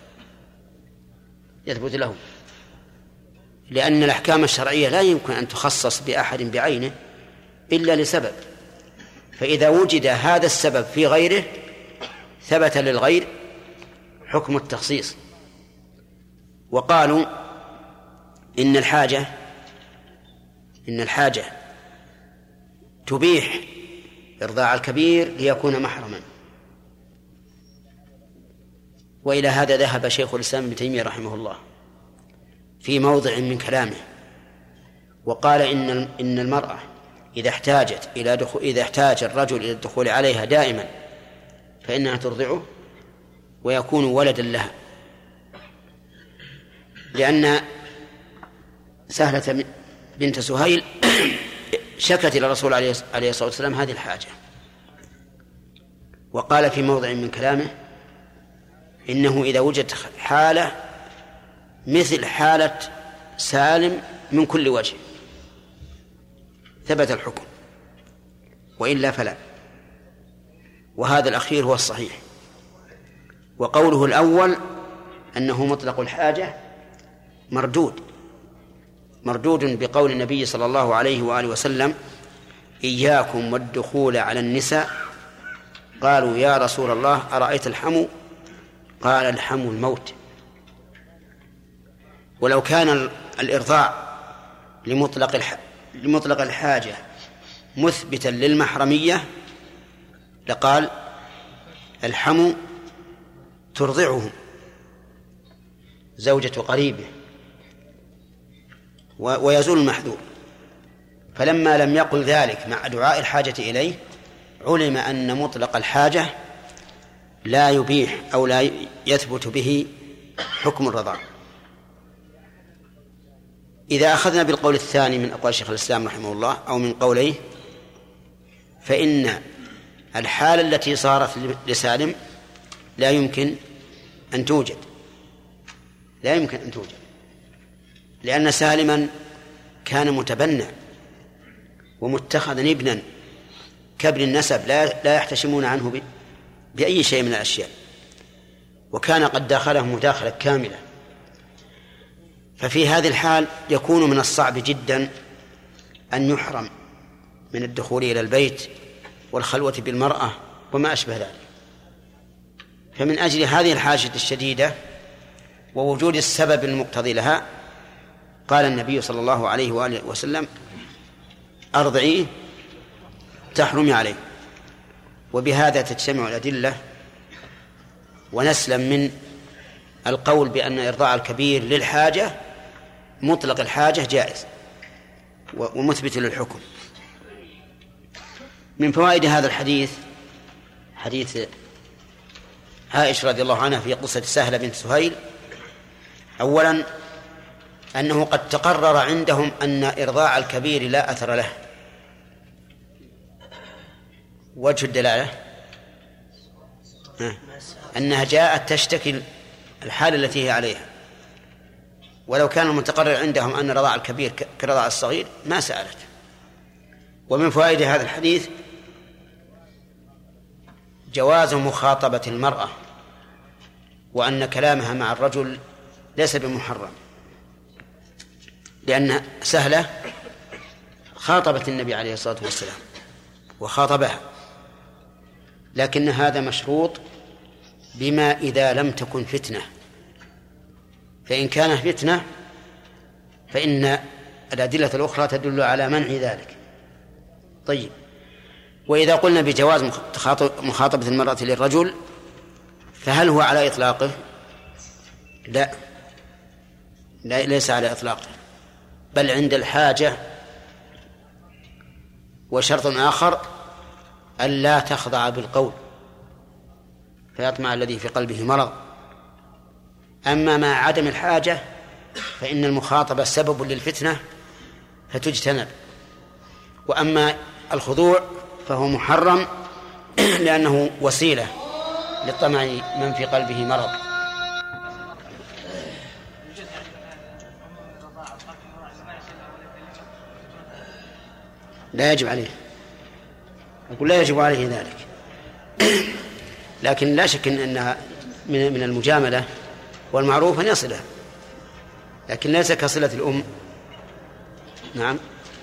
له، لأن الأحكام الشرعية لا يمكن أن تخصص بأحد بعينه إلا لسبب، فإذا وجد هذا السبب في غيره ثبت للغير حكم التخصيص. وقالوا إن الحاجة تبيح إرضاع الكبير ليكون محرما. وإلى هذا ذهب شيخ الإسلام ابن تيمية رحمه الله في موضع من كلامه، وقال إن المرأة إذا احتاج الرجل إلى الدخول عليها دائما فإنها ترضعه ويكون ولدا لها، لأن سهلة بنت سهيل شكت إلى الرسول عليه الصلاة والسلام هذه الحاجة. وقال في موضع من كلامه إنه إذا وجد حالة مثل حالة سالم من كل وجه ثبت الحكم، وإلا فلا. وهذا الأخير هو الصحيح. وقوله الأول أنه مطلق الحاجة مردود بقول النبي صلى الله عليه وآله وسلم إياكم والدخول على النساء. قالوا يا رسول الله أرأيت الحمو؟ قال الحمو الموت. ولو كان الإرضاع لمطلق الحاجة مثبتا للمحرمية لقال الحم ترضعه زوجة قريبه ويزول المحذور. فلما لم يقل ذلك مع دعاء الحاجة إليه علم أن مطلق الحاجة لا يبيح أو لا يثبت به حكم الرضاع. إذا أخذنا بالقول الثاني من أقوال شيخ الإسلام رحمه الله أو من قوليه، فإن الحالة التي صارت لسالم لا يمكن أن توجد، لأن سالما كان متبنى ومتخذا ابنا كابن النسب لا يحتشمون عنه بأي شيء من الأشياء، وكان قد داخله مداخلة كاملة. ففي هذه الحال يكون من الصعب جدا أن يحرم من الدخول إلى البيت والخلوة بالمرأة وما أشبه ذلك. فمن أجل هذه الحاجة الشديدة ووجود السبب المقتضي لها قال النبي صلى الله عليه وآله وسلم أرضعيه تحرمي عليه. وبهذا تجتمع الأدلة ونسلم من القول بأن إرضاع الكبير للحاجة مطلق الحاجة جائز ومثبت للحكم. من فوائد هذا الحديث حديث عائشة رضي الله عنها في قصة سهلة بنت سهيل، أولا أنه قد تقرر عندهم أن إرضاع الكبير لا أثر له. وجه الدلالة أنها جاءت تشتكي الحالة التي هي عليها، ولو كان المتقرر عندهم أن رضاع الكبير كرضاع الصغير ما سألت. ومن فوائد هذا الحديث جواز مخاطبة المرأة، وأن كلامها مع الرجل ليس بمحرم، لأن سهلة خاطبت النبي عليه الصلاة والسلام وخاطبها، لكن هذا مشروط بما إذا لم تكن فتنة. فإن كان فتنة فإن الأدلة الأخرى تدل على منع ذلك. طيب، وإذا قلنا بجواز مخاطبة المرأة للرجل فهل هو على إطلاقه؟ لا، ليس على إطلاقه، بل عند الحاجة. وشرط آخر ألا تخضع بالقول فيطمع الذي في قلبه مرض. أما مع عدم الحاجة فإن المخاطبة سبب للفتنة فتجتنب، وأما الخضوع فهو محرم لأنه وسيلة لطمع من في قلبه مرض. لا يجب عليه، أقول لا يجب عليه ذلك، لكن لا شك أنها من المجاملة والمعروف أن يصله، لكن ليس كصلة الأم. نعم.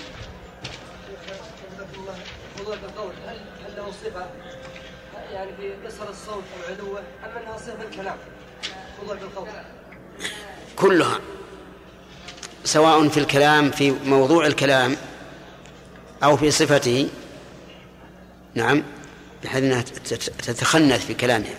هل له صفة يعني في قصر الصوت أو علوه، أم أنها صفة الكلام خضوع بالقول؟ كلها سواء في الكلام في موضوع الكلام أو في صفته. نعم، بحيث أنها تتخنث في كلامها.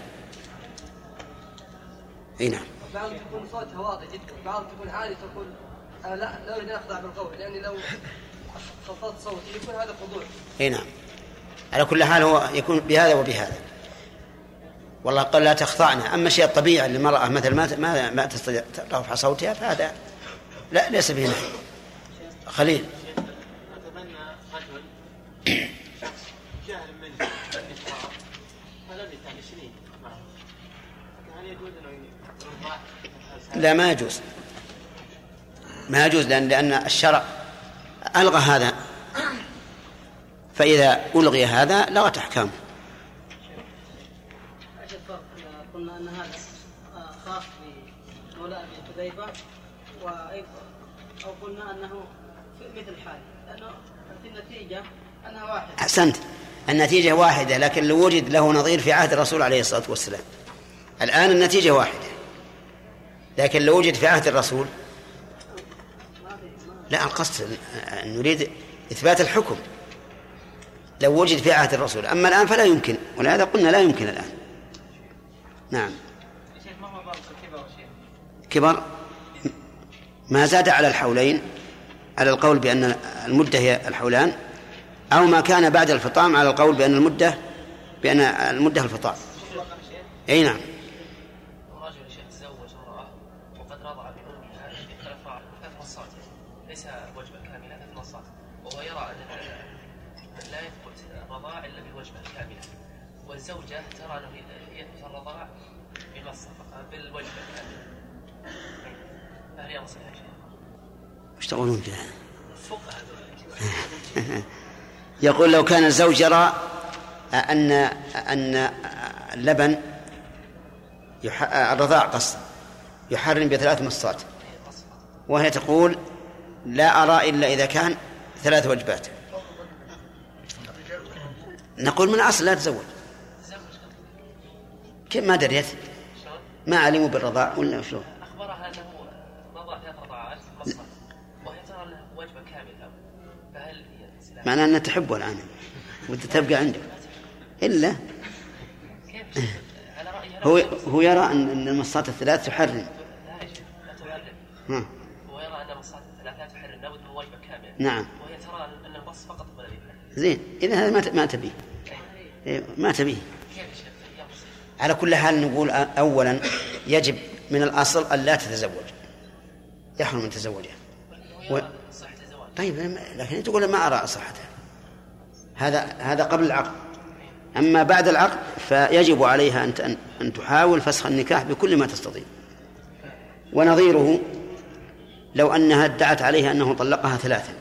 أي نعم. بعض تكون صوتها واضح جدا، بعض تكون عالي تقول لا أريد أن أخضع بالقول، لأني لو خفضت صوتي يكون هذا خضوع. أي نعم. على كل حال هو يكون بهذا وبهذا. والله قال لا تخضعنا. أما شيء طبيعي للمرأة مثل ما تستطيع ترفع صوتها فهذا لا ليس به نهي. خليل. لا، ما يجوز، ما يجوز، لأن الشرع ألغى هذا، فإذا ألغي هذا لغت أحكامه. قلنا أن هذا خاص بمولى أبي حذيفة، أو قلنا أنه مثل حال، لأنه في النتيجة أنها واحدة. أحسنت، النتيجة واحدة، لكن لو وجد له نظير في عهد الرسول عليه الصلاة والسلام. الآن النتيجة واحدة، لكن لو وجد في عهد الرسول لا، القصد نريد إثبات الحكم لو وجد في عهد الرسول، أما الآن فلا يمكن، ولهذا قلنا لا يمكن الآن. نعم. كبر ما زاد على الحولين، على القول بأن المدة هي الحولان، أو ما كان بعد الفطام على القول بأن المدة الفطام. أي نعم. رجل شيخ تزوج امرأة وقد رضع بأمها في 3 مصات، ليس وجبة كاملة 3 مصات، وهو يرى أن لا يثبت الرضاع إلا بالوجبة كاملة، والزوجة ترى أنه يثبت الرضاع بمصة بالوجبة كاملة، فهل ينصح يا شيخ؟ وش تقولون كذا؟ يقول لو كان الزوج يرى أن اللبن الرضاع قصد يحرم ب3 مصات، وهي تقول لا أرى إلا إذا كان 3 وجبات، نقول من الأصل لا تزوج. كيف ما دريت؟ ما علموا بالرضاع ولا شلون؟ أخبرها أنه رضع 3 رضاعات مصات وهي ترى أنه وجبة كاملة، فهل هي معناه أنها تحبه الآن ودها تبقى عنده إلا هو يرى أن المصات ال3 تحرم. لا تحرم. هو يرى أن المصات ال3 لا تحرم، لابد من وجبة كاملة. نعم. وهي ترى أن البص فقط ولا يحرم. زين، إذا هذا ما تبيه. ما تبيه. على كل حال نقول أولا يجب من الأصل أن لا تتزوج، يحرم من تزوجها. طيب، لكن تقول ما أرى صحتها، هذا قبل العقد. أما بعد العقد فيجب عليها أن تحاول فسخ النكاح بكل ما تستطيع. ونظيره لو أنها ادعت عليها أنه طلقها 3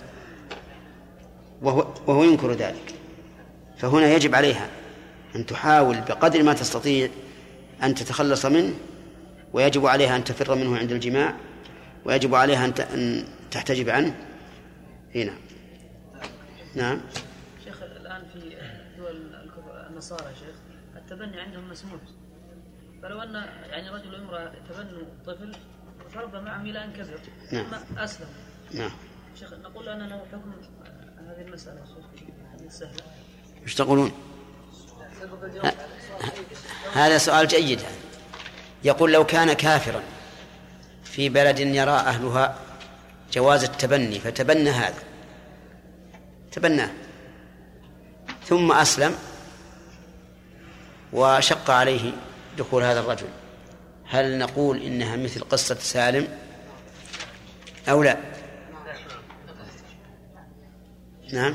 وهو ينكر ذلك، فهنا يجب عليها أن تحاول بقدر ما تستطيع أن تتخلص منه، ويجب عليها أن تفر منه عند الجماع، ويجب عليها أن تحتجب عنه. هنا نعم. شيخ الآن في دول النصارى شيخ التبني عندهم مسموح، فلو أن يعني رجل وامرأة تبنوا طفل فرض معهم إلى أن كبر ما أسلم، نعم شيخ نقول أنا له حكم هذه المسألة سهلة. ايش تقولون؟ هذا سؤال جيد. يقول لو كان كافرا في بلد يرى أهلها جواز التبني فتبنى هذا، تبناه ثم أسلم وشق عليه دخول هذا الرجل، هل نقول إنها مثل قصة سالم أو لا؟ نعم.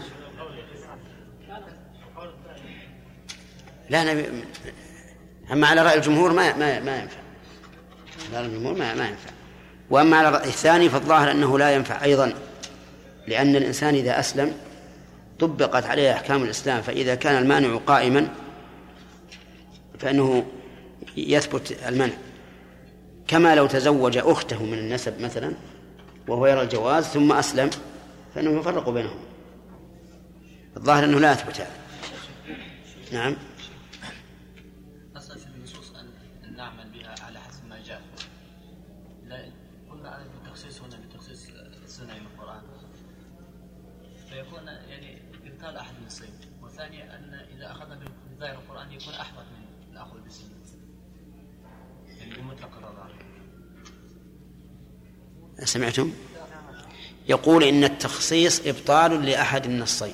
لا أما على رأي الجمهور ما ينفع، على الجمهور ما ينفع. وأما على الرأي الثاني فالظاهر أنه لا ينفع أيضا، لأن الإنسان إذا أسلم طبقت عليه أحكام الإسلام، فإذا كان المانع قائما فإنه يثبت المنع، كما لو تزوج أخته من النسب مثلا وهو يرى الجواز ثم أسلم فإنه يفرق بينهم. الظاهر أنه لا يثبت هذا. نعم. أصل في النصوص أن نعمل بها على حسب ما جاء، لا قلنا أن التخصيص هنا بتخصيص السنة من القرآن، فيكون يعني إبطال أحد النصين، وثانيا أن إذا أخذنا بظاهر القرآن يكون أحوط من الأخذ بالسنة، يعني بمطلق الرضاعة. سمعتم؟ يقول إن التخصيص إبطال لأحد النصين،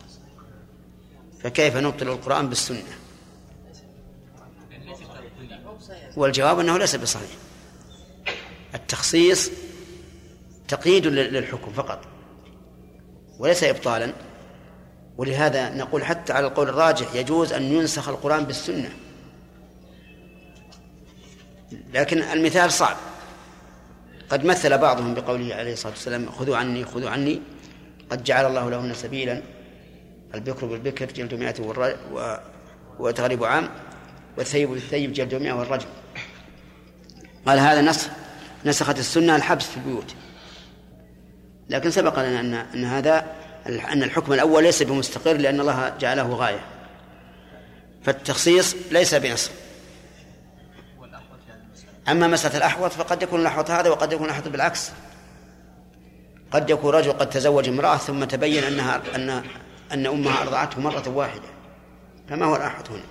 فكيف نبطل القرآن بالسنة؟ والجواب أنه ليس بصحيح. التخصيص تقييد للحكم فقط وليس إبطالا، ولهذا نقول حتى على القول الراجح يجوز أن ينسخ القرآن بالسنة، لكن المثال صعب. قد مثل بعضهم بقوله عليه الصلاة والسلام خذوا عني خذوا عني قد جعل الله لهن سبيلا، البكر بالبكر جلد 100 وتغريب عام، والثيب بالثيب جلد 100 والرجم. قال هذا نسخت السنة الحبس في البيوت، لكن سبق لنا أن الحكم الأول ليس بمستقر لأن الله جعله غاية، فالتخصيص ليس بنسخ. أما مسألة الأحوط فقد يكون الأحوط هذا وقد يكون الأحوط بالعكس. قد يكون رجل قد تزوج امرأة ثم تبين أن أمها أرضعته مرة واحدة، فما هو الأحد هنا؟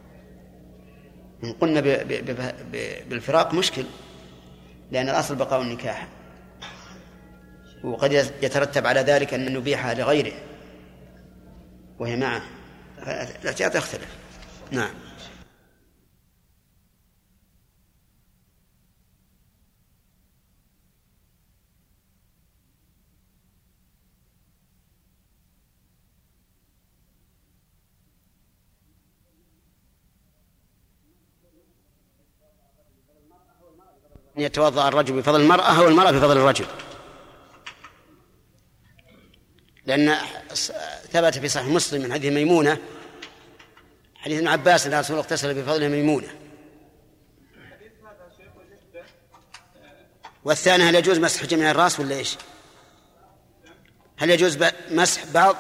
إن قلنا بالفراق مشكل، لأن الأصل بقاء النكاح، وقد يترتب على ذلك أن نبيحها لغيره وهي معه، فالأشياء تختلف. نعم. يتوضأ الرجل بفضل المرأة أو المرأة بفضل الرجل، لأن ثبت في صحيح مسلم من حديث ميمونة، حديث ابن عباس أن رسول الله اغتسل بفضل ميمونة. والثاني هل يجوز مسح جميع الرأس ولا إيش؟ هل يجوز مسح بعض؟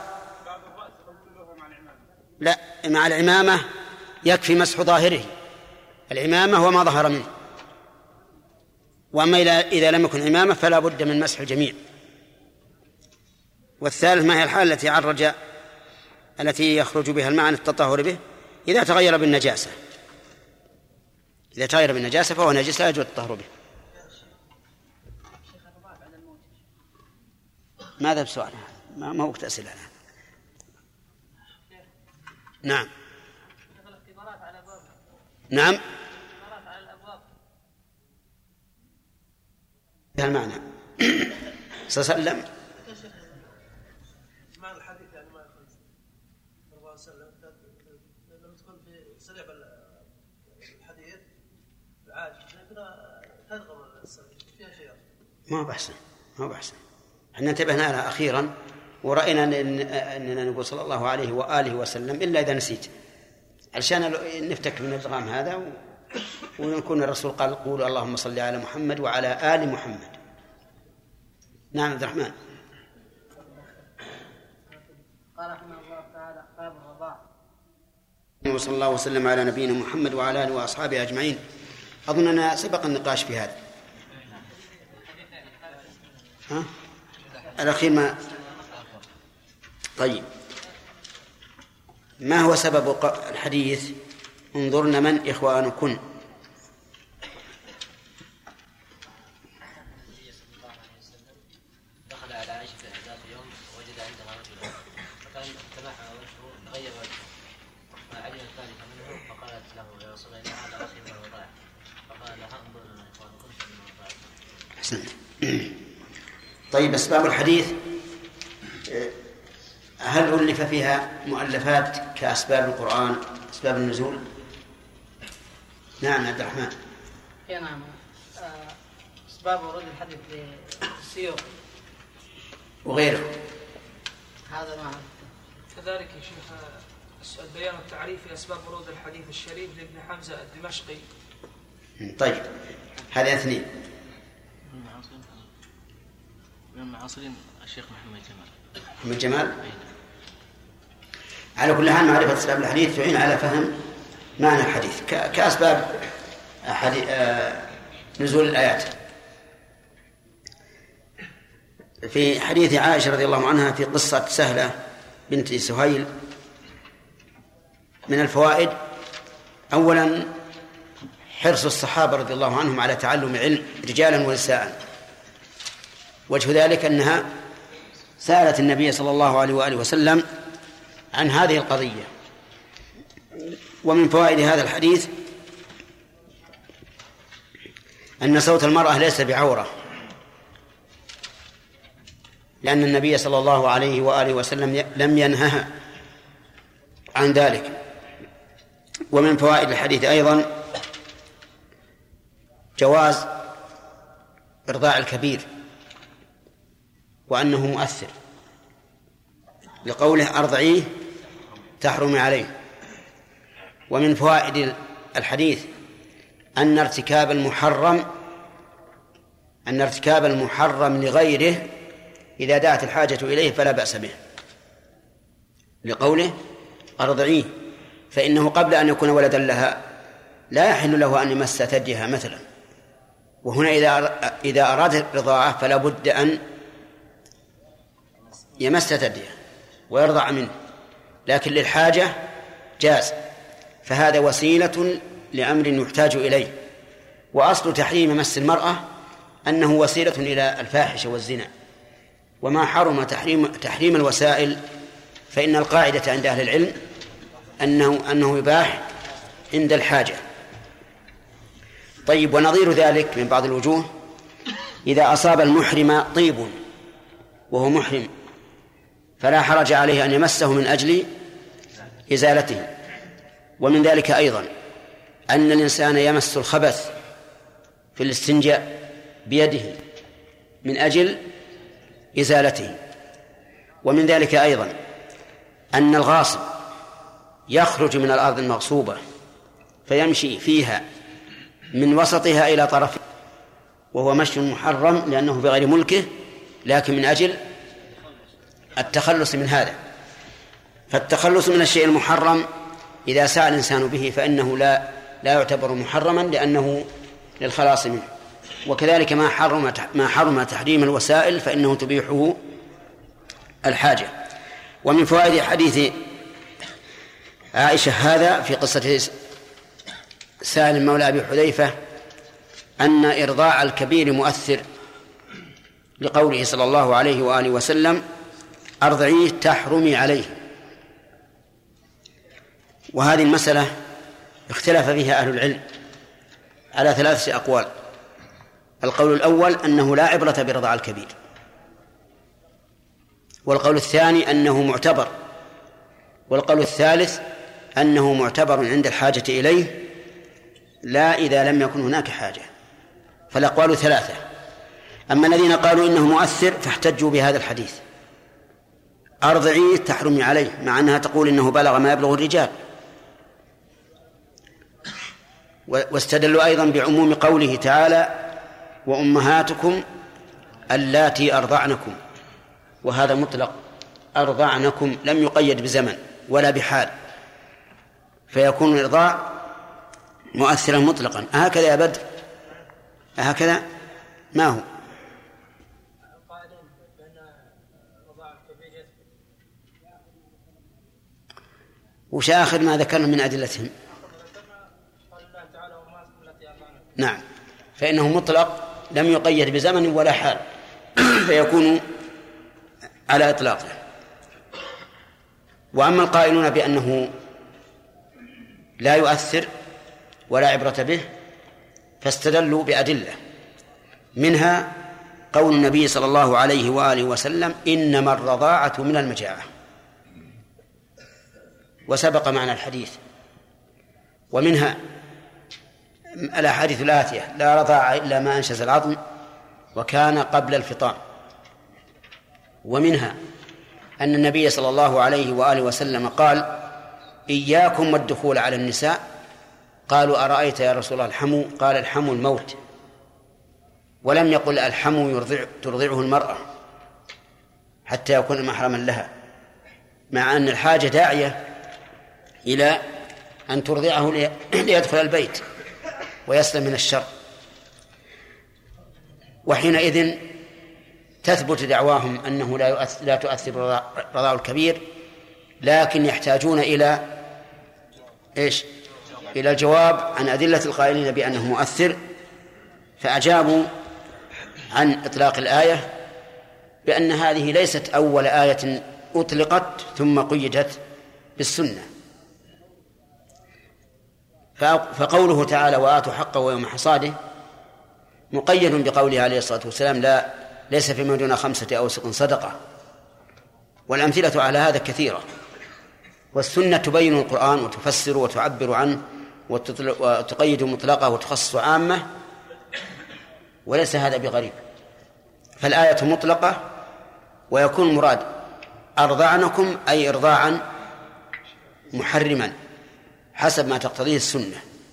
لا، مع العمامة يكفي مسح ظاهره، العمامة وما ظهر منه، وأما إذا لم يكن عمامة فلا بد من مسح الجميع. والثالث ما هي الحالة التي عرج التي يخرج بها الماء عن التطهر به؟ إذا تغير بالنجاسة، إذا تغير بالنجاسة فهو نجس لا يجوز التطهر به. ماذا بسؤال؟ ما هو وقت أسئلة. نعم. نعم. بهذا المعنى صلى الله عليه وسلم. معنى الحديث يعني ما يخرج صلى الله عليه وسلم لما تكون في سريع الحديث العاجل تدغم السريع فيها شيء. ما بحسن احنا انتبهنا لها أخيرا ورأينا أننا نقول صلى الله عليه وآله وسلم إلا إذا نسيت، علشان نفتك من الإدغام هذا ونكون الرسول قال قولوا اللهم صل على محمد وعلى آل محمد. نعم عبد الرحمن. قال رحمه الله تعالى باب الرضاع. وصلى الله وسلم على نبينا محمد وعلى آله وأصحابه أجمعين. أظننا سبق النقاش في هذا. الأخير ما طيب. ما هو سبب الحديث انظرن من إخوانكن؟ دخل على عائشة ذات يوم وجد عندها رجلا فكان تبعها وجهه غير وجهه فعلم الثالث منه فقالت له يا رسول الله هذا أخي من الرضاعة فقال لها انظرن من إخوانكن من الرضاعة. أحسنت. طيب أسباب الحديث هل ألف فيها مؤلفات كأسباب القرآن أسباب النزول؟ نعم عبد الرحمن. نعم. أسباب ورود الحديث للسيوط وغيره هذا ما كذلك يا شيخ البيان والتعريف في أسباب ورود الحديث الشريف لابن حمزة الدمشقي. طيب هذه اثنين. من المعاصرين الشيخ محمد جمال. محمد جمال. على كل حال معرفة أسباب الحديث تعين على فهم معنى الحديث كأسباب نزول الآيات. في حديث عائشة رضي الله عنها في قصة سهلة بنت سهيل من الفوائد أولا حرص الصحابة رضي الله عنهم على تعلم علم رجالا ونساء. وجه ذلك أنها سألت النبي صلى الله عليه وآله وسلم عن هذه القضية. ومن فوائد هذا الحديث أن صوت المرأة ليس بعورة، لأن النبي صلى الله عليه وآله وسلم لم ينهها عن ذلك. ومن فوائد الحديث أيضا جواز إرضاع الكبير وأنه مؤثر لقوله أرضعيه تحرم عليه. ومن فوائد الحديث أن ارتكاب المحرم لغيره إذا دعت الحاجة إليه فلا بأس به، لقوله أرضعيه، فإنه قبل أن يكون ولدا لها لا يحل له أن يمس ثديها مثلا، وهنا إذا أراد الرضاعة فلا بد أن يمس ثديه ويرضع منه، لكن للحاجة جاز، فهذا وسيلة لأمر يحتاج إليه. وأصل تحريم مس المرأة أنه وسيلة إلى الفاحشة والزنا، وما حرم تحريم الوسائل فإن القاعدة عند أهل العلم أنه يباح عند الحاجة. طيب، ونظير ذلك من بعض الوجوه إذا أصاب المحرم طيب وهو محرم فلا حرج عليه أن يمسه من أجل إزالته. ومن ذلك أيضا أن الإنسان يمس الخبث في الاستنجاء بيده من أجل إزالته. ومن ذلك أيضا أن الغاصب يخرج من الأرض المغصوبة فيمشي فيها من وسطها إلى طرفها، وهو مشي محرم لأنه بغير ملكه، لكن من أجل التخلص من هذا. فالتخلص من الشيء المحرم إذا سعى الإنسان به فإنه لا يعتبر محرما لأنه للخلاص منه. وكذلك ما حرم تحريم الوسائل فإنه تبيحه الحاجة. ومن فوائد حديث عائشة هذا في قصة سالم مولى أبي حذيفة أن إرضاع الكبير مؤثر، لقوله صلى الله عليه وآله وسلم: أرضعيه تحرمي عليه. وهذه المسألة اختلف فيها أهل العلم على 3 أقوال. القول الأول أنه لا عبرة برضاع الكبير، والقول الثاني أنه معتبر، والقول الثالث أنه معتبر عند الحاجة إليه لا إذا لم يكن هناك حاجة. فالأقوال 3. أما الذين قالوا إنه مؤثر فاحتجوا بهذا الحديث: أرضعيه تحرمي عليه، مع أنها تقول إنه بلغ ما يبلغ الرجال. واستدلوا أيضا بعموم قوله تعالى: وأمهاتكم اللاتي أرضعنكم، وهذا مطلق، أرضعنكم لم يقيد بزمن ولا بحال، فيكون الإرضاع مؤثرا مطلقا. هكذا يا بدر؟ هكذا ما هو؟ وش آخر ما ذكرنا من أدلتهم؟ نعم، فإنه مطلق لم يقيد بزمن ولا حال فيكون على إطلاقه. وأما القائلون بأنه لا يؤثر ولا عبرة به فاستدلوا بأدلة، منها قول النبي صلى الله عليه وآله وسلم: إنما الرضاعة من المجاعة، وسبق معنا الحديث. ومنها الأحاديث الآتية: لا رضاعة إلا ما أنشز العظم وكان قبل الفطام. ومنها أن النبي صلى الله عليه وآله وسلم قال: إياكم والدخول على النساء. قالوا: أرأيت يا رسول الله الحمو؟ قال: الحمو الموت. ولم يقل الحمو ترضعه المرأة حتى يكون محرما لها، مع أن الحاجة داعية إلى أن ترضعه ليدخل البيت ويسلم من الشر. وحينئذ تثبت دعواهم أنه لا تؤثر رضاع الكبير، لكن يحتاجون إلى إيش؟ إلى الجواب عن أدلة القائلين بأنه مؤثر، فأجابوا عن إطلاق الآية بأن هذه ليست أول آية أطلقت ثم قيدت بالسنة. فقوله تعالى: وآتوا حقه يوم حصاده، مقيد بقوله عليه الصلاة والسلام: ليس فيما دون 5 أوسق صدقة. والأمثلة على هذا كثيرة، والسنة تبين القرآن وتفسر وتعبر عنه وتقيد مطلقه وتخصص عامة، وليس هذا بغريب. فالآية مطلقة، ويكون مراد أرضعنكم أي إرضاعا محرما حسب ما تقتضيه السنة.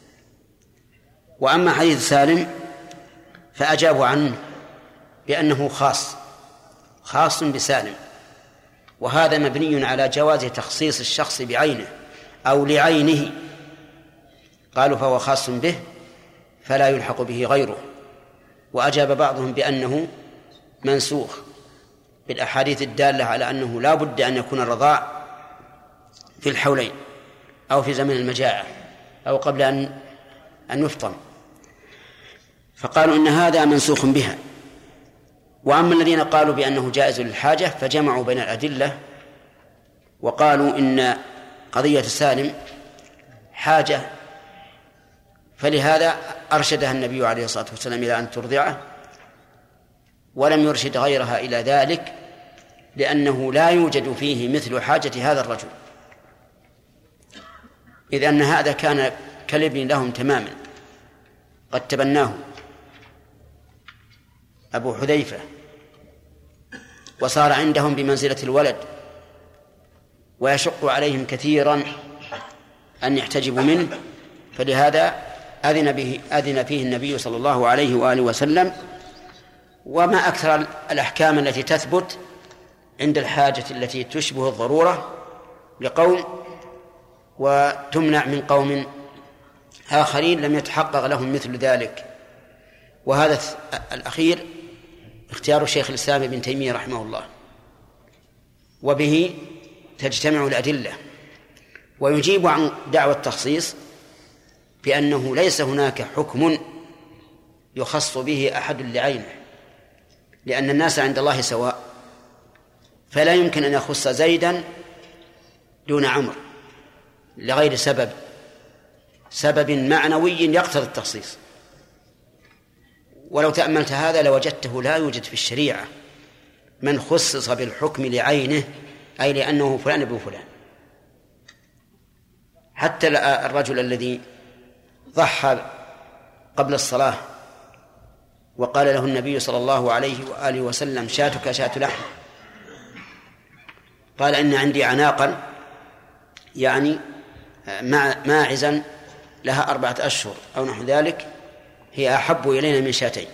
وأما حديث سالم فأجابوا عنه بأنه خاص بسالم، وهذا مبني على جواز تخصيص الشخص بعينه أو لعينه. قالوا: فهو خاص به فلا يلحق به غيره. وأجاب بعضهم بأنه منسوخ، بالأحاديث الدالة على أنه لا بد أن يكون الرضاع في الحولين أو في زمن المجاعة أو قبل أن يفطم، فقالوا إن هذا منسوخ بها. وأما الذين قالوا بأنه جائز للحاجة فجمعوا بين الأدلة وقالوا إن قضية سالم حاجة، فلهذا أرشدها النبي عليه الصلاة والسلام إلى أن ترضعه، ولم يرشد غيرها إلى ذلك، لأنه لا يوجد فيه مثل حاجة هذا الرجل، إذ أن هذا كان كالابن لهم تماما، قد تبناه أبو حذيفة وصار عندهم بمنزلة الولد، ويشق عليهم كثيرا أن يحتجبوا منه، فلهذا أذن فيه النبي صلى الله عليه وآله وسلم. وما أكثر الأحكام التي تثبت عند الحاجة التي تشبه الضرورة لقوم وتمنع من قوم آخرين لم يتحقق لهم مثل ذلك. وهذا الأخير اختيار شيخ الإسلام ابن تيمية رحمه الله، وبه تجتمع الأدلة. ويجيب عن دعوى التخصيص بأنه ليس هناك حكم يخص به أحد لعينه، لأن الناس عند الله سواء، فلا يمكن أن يخص زيدا دون عمرو لغير سبب معنوي يقتضي التخصيص. ولو تأملت هذا لوجدته لا يوجد في الشريعة من خصص بالحكم لعينه، أي لأنه فلان ابن فلان. حتى الرجل الذي ضحى قبل الصلاة وقال له النبي صلى الله عليه وآله وسلم شاتك شاة لحم، قال إن عندي عناقا يعني ماعزا لها 4 أشهر أو نحو ذلك، هي أحب إلينا من شاتين،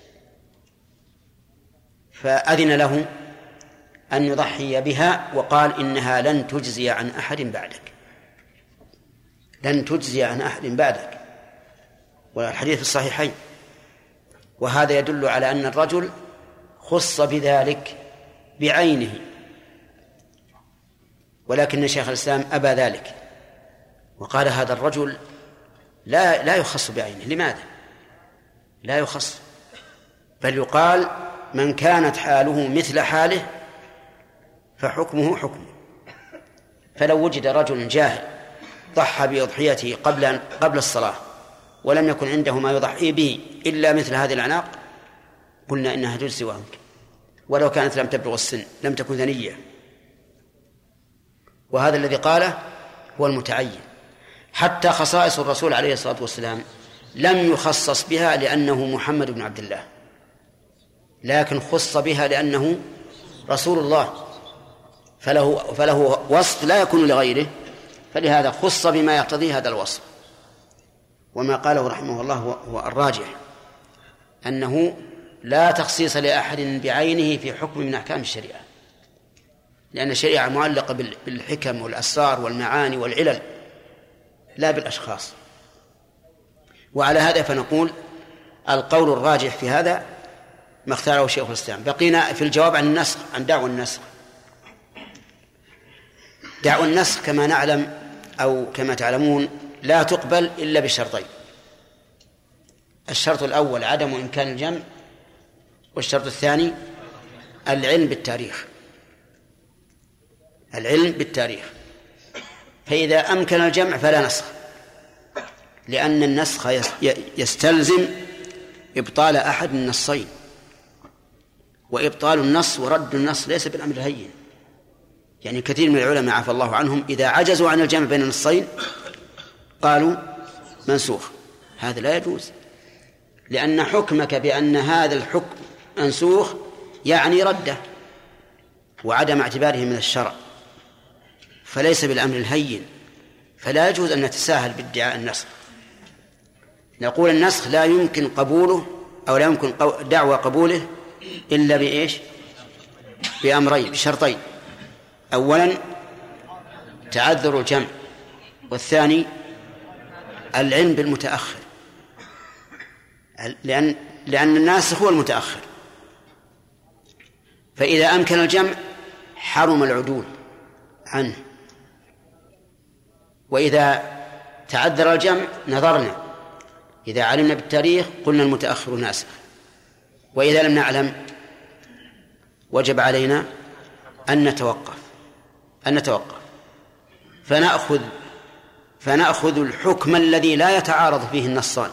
فأذن له أن يضحي بها، وقال إنها لن تجزي عن أحد بعدك، لن تجزي عن أحد بعدك، والحديث في الصحيحين. وهذا يدل على أن الرجل خص بذلك بعينه، ولكن شيخ الإسلام أبى ذلك وقال هذا الرجل لا يخص بعينه. لماذا لا يخص؟ بل يقال من كانت حاله مثل حاله فحكمه حكمه. فلو وجد رجل جاهل ضحى بأضحيته قبل الصلاة ولم يكن عنده ما يضحي به إلا مثل هذه الأعناق، قلنا إنها تجزي عنك، ولو كانت لم تبلغ السن، لم تكن ثنية. وهذا الذي قاله هو المتعين. حتى خصائص الرسول عليه الصلاة والسلام لم يخصص بها لأنه محمد بن عبد الله، لكن خص بها لأنه رسول الله، فله وصف لا يكون لغيره، فلهذا خص بما يقتضي هذا الوصف. وما قاله رحمه الله هو الراجح، أنه لا تخصيص لأحد بعينه في حكم من أحكام الشريعة، لأن الشريعة معلقة بالحكم والأسرار والمعاني والعلل لا بالأشخاص. وعلى هذا فنقول القول الراجح في هذا ما اختاره شيخ الإسلام. بقينا في الجواب عن النسخ، عن دعوى النسخ. دعوى النسخ كما نعلم أو كما تعلمون لا تقبل إلا بشرطين: الشرط الأول عدم إمكان الجمع، والشرط الثاني العلم بالتاريخ. العلم بالتاريخ. فإذا أمكن الجمع فلا نسخ، لأن النسخ يستلزم إبطال أحد النصين، وإبطال النص ورد النص ليس بالأمر الهين. يعني كثير من العلماء عفى الله عنهم إذا عجزوا عن الجمع بين النصين قالوا منسوخ. هذا لا يجوز، لأن حكمك بأن هذا الحكم منسوخ يعني رده وعدم اعتباره من الشرع، فليس بالأمر الهين، فلا يجوز أن نتساهل بادعاء النسخ. نقول النسخ لا يمكن قبوله أو لا يمكن دعوى قبوله إلا بإيش؟ بأمرين، بشرطين: أولا تعذر الجمع، والثاني العلم بالمتأخر، لأن الناسخ هو المتأخر. فإذا أمكن الجمع حرم العدول عنه، وإذا تعذر الجمع نظرنا، إذا علمنا بالتاريخ قلنا المتأخر ناسخ، وإذا لم نعلم وجب علينا أن نتوقف فنأخذ الحكم الذي لا يتعارض فيه النصان،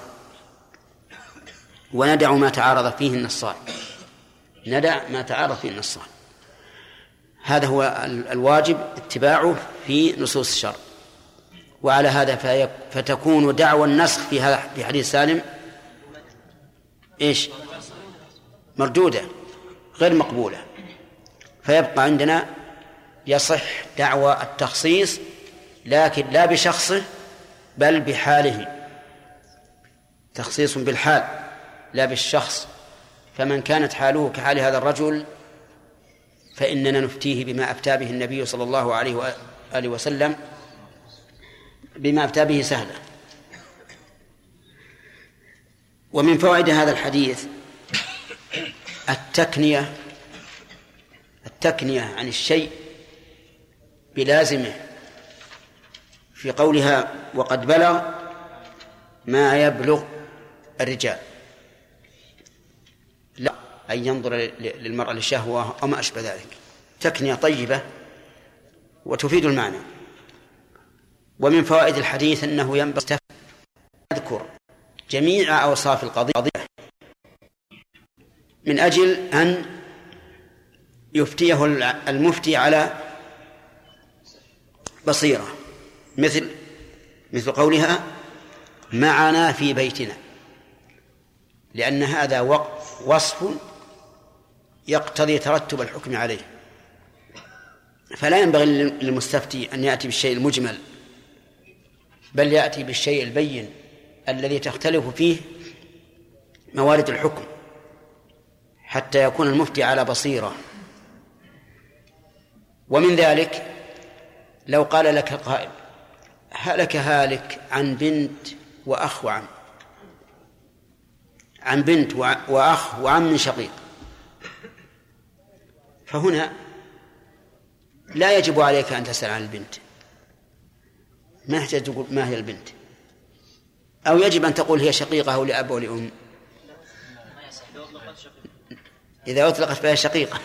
وندع ما تعارض فيه النصان. هذا هو الواجب اتباعه في نصوص الشرع. وعلى هذا فتكون دعوى النسخ في حديث سالم مردودة غير مقبولة، فيبقى عندنا يصح دعوى التخصيص، لكن لا بشخصه بل بحاله، تخصيص بالحال لا بالشخص. فمن كانت حاله كحال هذا الرجل فإننا نفتيه بما أفتى به النبي صلى الله عليه وآله وسلم، بما أفتى به سهلة. ومن فوائد هذا الحديث التكنية عن الشيء بلازمه، في قولها وقد بلغ ما يبلغ الرجال، لا أن ينظر للمرأة للشهوة أو ما أشبه ذلك. تكنية طيبة وتفيد المعنى. ومن فوائد الحديث أنه ينبغي يذكر جميع أوصاف القضية من أجل أن يفتيه المفتي على بصيرة، مثل قولها معنا في بيتنا، لأن هذا وصف يقتضي ترتب الحكم عليه، فلا ينبغي للمستفتي أن يأتي بالشيء المجمل، بل يأتي بالشيء البين الذي تختلف فيه موارد الحكم، حتى يكون المفتي على بصيرة. ومن ذلك لو قال لك قائل هلك هالك عن بنت وأخ وعم، عن بنت وأخ وعم شقيق، فهنا لا يجب عليك أن تسأل عن البنت، ما يحتاج تقول ما هي البنت، أو يجب أن تقول هي شقيقة أو لأب أو لأم. إذا أطلقت فهي شقيقة.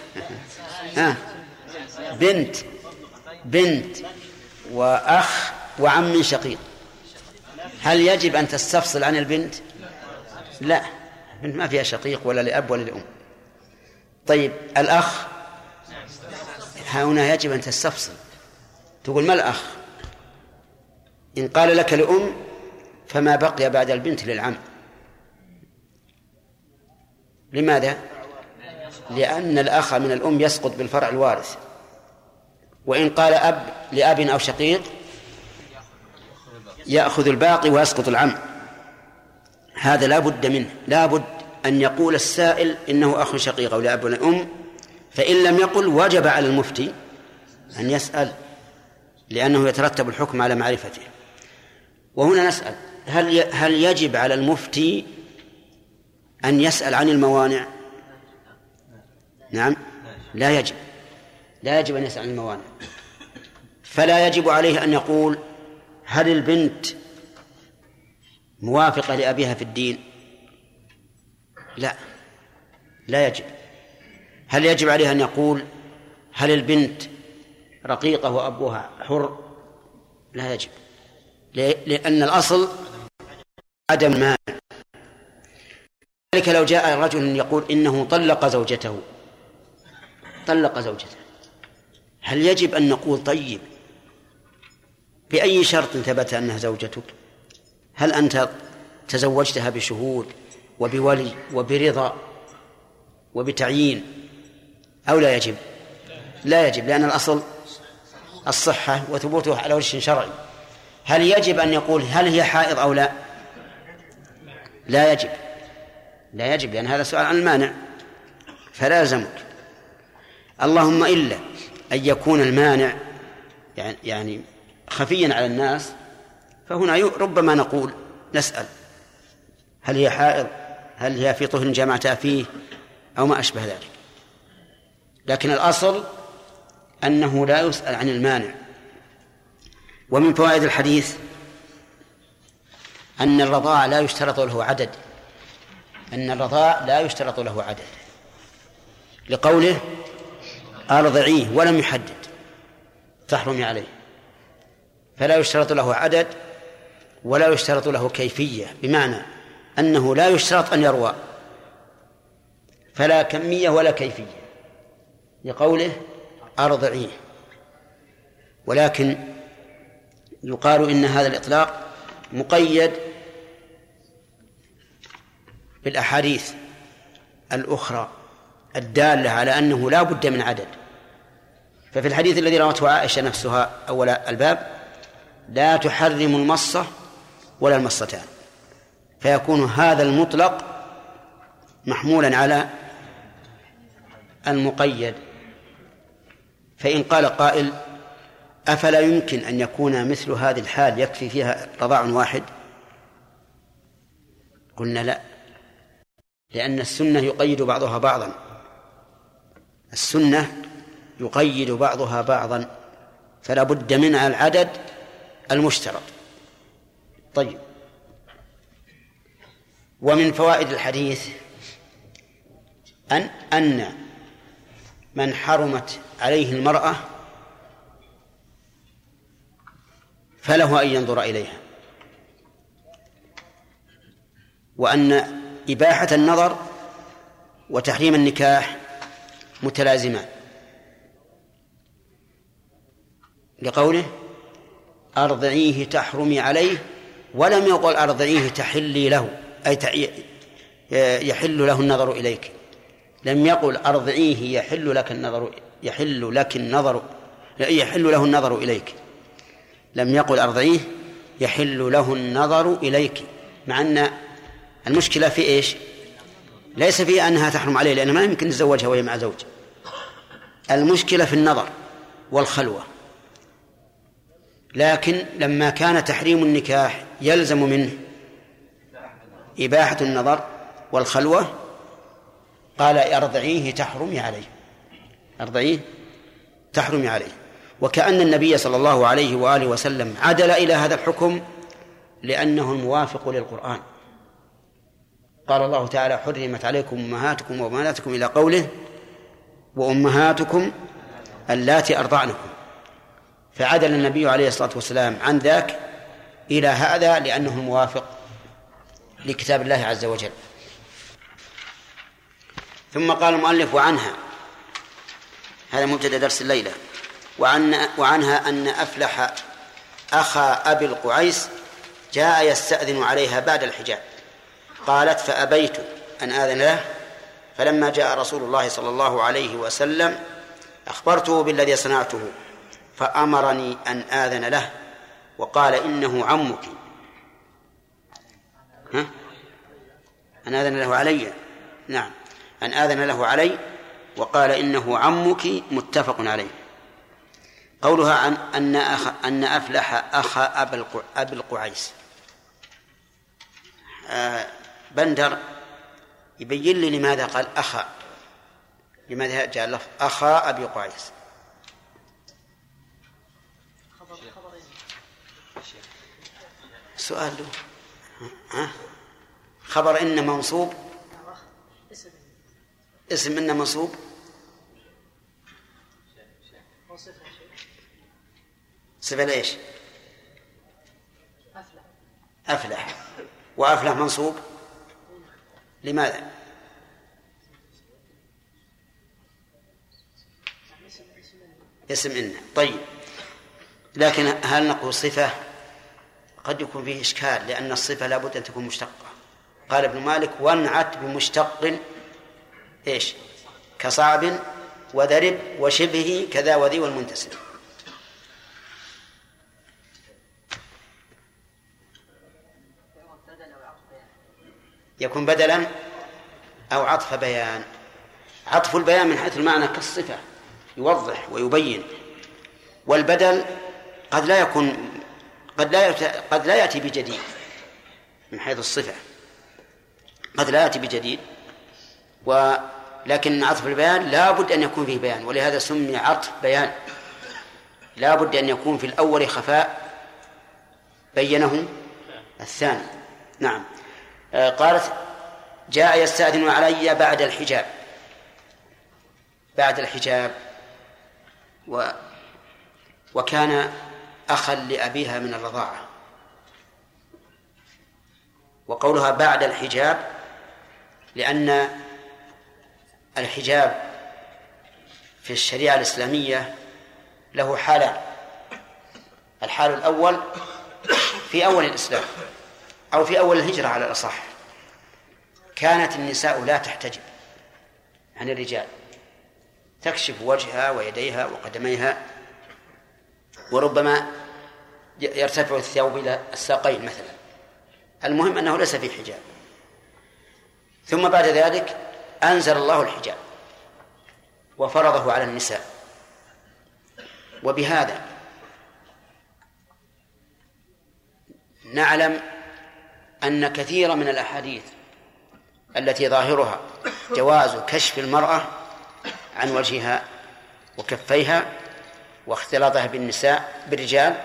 بنت وأخ وعم شقيق، هل يجب أن تستفصل عن البنت؟ لا، البنت ما فيها شقيق ولا لأب ولا لأم. طيب الأخ هنا يجب أن تستفصل، تقول ما الأخ؟ إن قال لك لأم فما بقي بعد البنت للعم. لماذا؟ لأن الأخ من الأم يسقط بالفرع الوارث، وإن قال أب لأب أو شقيق يأخذ الباقي ويسقط العم. هذا لا بد منه، لا بد أن يقول السائل إنه أخ شقيق أو لأب ولا أم، فإن لم يقل وجب على المفتي أن يسأل، لأنه يترتب الحكم على معرفته. وهنا نسأل هل يجب على المفتي أن يسأل عن الموانع؟ نعم، لا يجب أن يسأل عن الموانع. فلا يجب عليه أن يقول هل البنت موافقة لأبيها في الدين؟ لا يجب. هل يجب عليه أن يقول هل البنت رقيقة وأبوها حر؟ لا يجب، لأن الأصل عدم المانع. ذلك لو جاء رجل يقول إنه طلق زوجته، هل يجب أن نقول طيب بأي شرط ثبت أنها زوجتك؟ هل أنت تزوجتها بشهود وبولي وبرضا وبتعيين أو لا يجب؟ لا يجب، لأن الأصل الصحة وثبوتها على وجه شرعي. هل يجب أن يقول هل هي حائض أو لا؟ لا يجب، لأن هذا سؤال عن المانع، فلا يلزمك. اللهم إلا أن يكون المانع يعني خفيا على الناس، فهنا ربما نقول نسأل هل هي حائض، هل هي في طهر جمعتها فيه أو ما أشبه ذلك. لكن الأصل أنه لا يسأل عن المانع. ومن فوائد الحديث أن الرضاع لا يشترط له عدد، لقوله أرضعيه ولم يحدد تحرمي عليه، فلا يشترط له عدد ولا يشترط له كيفية، بمعنى أنه لا يشترط أن يروى، فلا كمية ولا كيفية لقوله أرضعيه. ولكن يقال إن هذا الإطلاق مقيد بالأحاديث الأخرى الدالة على أنه لا بد من عدد. ففي الحديث الذي روته عائشة نفسها أول الباب لا تحرم المصة ولا المصتان، فيكون هذا المطلق محمولا على المقيد. فإن قال قائل أفلا يمكن أن يكون مثل هذه الحال يكفي فيها رضاع واحد؟ قلنا لا، لأن السنة يقيد بعضها بعضا، فلا بد من العدد المشترط. طيب، ومن فوائد الحديث أن من حرمت عليه المرأة فله أن ينظر إليها، وأن إباحة النظر وتحريم النكاح متلازمان، لقوله أرضعيه تحرمي عليه، ولم يقل أرضعيه تحلي له، أي يحل له النظر إليك. لم يقل أرضعيه يحل له النظر إليك، لم يقل أرضعيه يحل له النظر إليك، مع أن المشكلة في إيش؟ ليس في أنها تحرم عليه، لأنه ما يمكن تزوجها وهي مع زوج. المشكلة في النظر والخلوة. لكن لما كان تحريم النكاح يلزم منه إباحة النظر والخلوة، قال أرضعيه تحرمي عليه. وكأن النبي صلى الله عليه وآله وسلم عدل إلى هذا الحكم لأنه الموافق للقرآن. قال الله تعالى حرمت عليكم أمهاتكم وبناتكم إلى قوله وأمهاتكم اللاتي أرضعنكم، فعدل النبي عليه الصلاة والسلام عن ذاك إلى هذا لأنه الموافق لكتاب الله عز وجل. ثم قال المؤلف وعنها، هذا مبتدأ درس الليلة، وعنها أن أفلح أخا أبي القعيس جاء يستأذن عليها بعد الحجاب، قالت فأبيت أن آذن له، فلما جاء رسول الله صلى الله عليه وسلم أخبرته بالذي صنعته، فأمرني أن آذن له وقال إنه عمك. أن آذن له علي، نعم، أن آذن له علي وقال إنه عمك، متفق عليه. قولها عن أن أفلح أخا أبي القعيس، بندر يبين لي لماذا قال أخا، لماذا جاء اللفظ أخا أبي قعيس؟ سؤال له. خبر إن منصوب، اسم إن منصوب، صفة ليش؟ أفلح، وأفلح منصوب لماذا؟ اسم إن. طيب، لكن هل نقول صفة؟ قد يكون فيه إشكال، لأن الصفة لابد أن تكون مشتقة. قال ابن مالك وانعت بمشتق إيش؟ كصعب وذرب وشبه كذا وذي والمنتسب. يكون بدلا أو عطف بيان. عطف البيان من حيث المعنى كالصفة يوضح ويبين، والبدل قد لا يكون، قد لا يأتي بجديد من حيث الصفة، قد لا يأتي بجديد. لكن عطف البيان لا بد أن يكون فيه بيان، ولهذا سمي عطف بيان. لا بد أن يكون في الأول خفاء بينه الثاني. نعم. قالت جاء يستأذن علي بعد الحجاب. بعد الحجاب وكان أخا لأبيها من الرضاعة. وقولها بعد الحجاب لأن الحجاب في الشريعة الإسلامية له حالان. الحال الأول في أول الإسلام أو في أول الهجرة على الأصح، كانت النساء لا تحتجب عن الرجال، تكشف وجهها ويديها وقدميها، وربما يرتفع الثوب إلى الساقين مثلا. المهم أنه ليس في حجاب. ثم بعد ذلك أنزل الله الحجاب وفرضه على النساء. وبهذا نعلم أن كثير من الأحاديث التي ظاهرها جواز كشف المرأة عن وجهها وكفيها واختلاطها بالرجال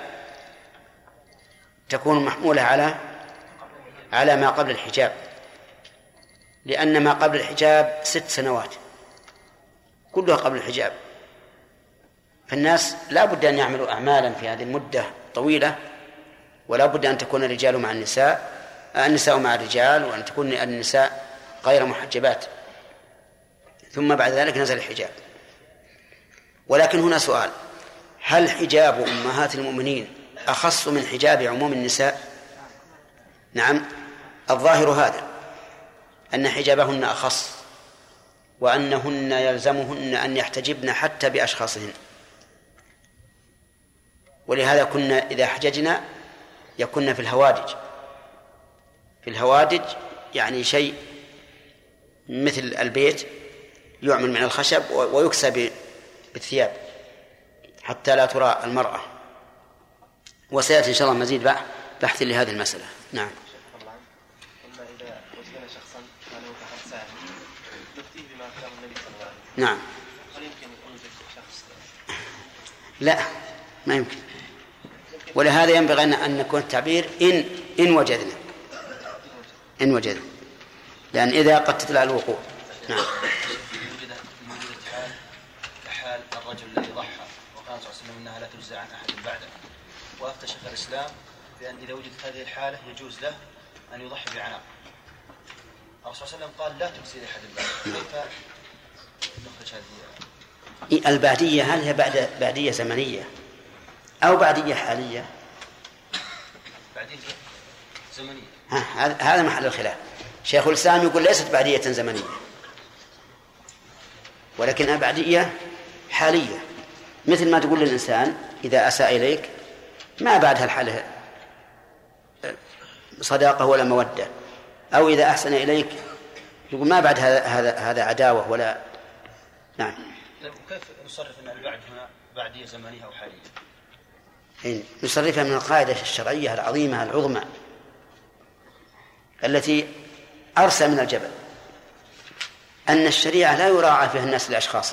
تكون محمولة على ما قبل الحجاب، لأن ما قبل الحجاب 6 سنوات كلها قبل الحجاب، فالناس لا بد أن يعملوا أعمالا في هذه المدة طويلة، ولا بد أن تكون الرجال مع النساء مع الرجال، وأن تكون النساء غير محجبات. ثم بعد ذلك نزل الحجاب. ولكن هنا سؤال: هل حجاب أمهات المؤمنين أخص من حجاب عموم النساء؟ نعم، الظاهر هذا، أن حجابهن أخص، وأنهن يلزمهن أن يحتجبن حتى بأشخاصهن. ولهذا كنا إذا حججنا يكون في الهوادج. في الهوادج يعني شيء مثل البيت يعمل من الخشب ويكسى بالثياب حتى لا ترى المرأة. وسيأتي إن شاء الله مزيد بحث لهذه المسألة. نعم. قلنا إذا وجدنا شخصا كان يتحدث عنه نفتيه بما كلام النبي صلى الله عليه وسلم. نعم. هل يمكن يكون شخص؟ لا، ما يمكن. ولهذا ينبغي أن نكون التعبير إن وجدنا، لأن إذا قد تطلع الوقوع. نعم. وجد حال الرجل الذي ضحى وقال صلى الله عليه وسلم إنها لا تجزى عن أحد بعده، وأفتى شيخ الإسلام بأن إذا وجدت هذه الحالة يجوز له أن يضحي بعناق. الرسول صلى الله عليه وسلم قال لا تجزي لأحد بعده. كيف نخرج هذه البعدية؟ هل هي بعدية زمنية أو بعدية حالية؟ بعدية زمنية. هذا محل الخلاف. شيخ الإسلام يقول ليست بعدية زمنية، ولكنها بعدية حالية، مثل ما تقول للإنسان إذا أساء إليك ما بعدها الحالة صداقة ولا مودة، أو إذا أحسن إليك يقول ما بعد هذا عداوة ولا. نعم. كيف نصرف أن البعد هنا بعدية زمنية أو حالية؟ نصرفها من القاعدة الشرعية العظيمة العظمى التي أرسى من الجبل، أن الشريعة لا يراعى فيها الناس لأشخاصهم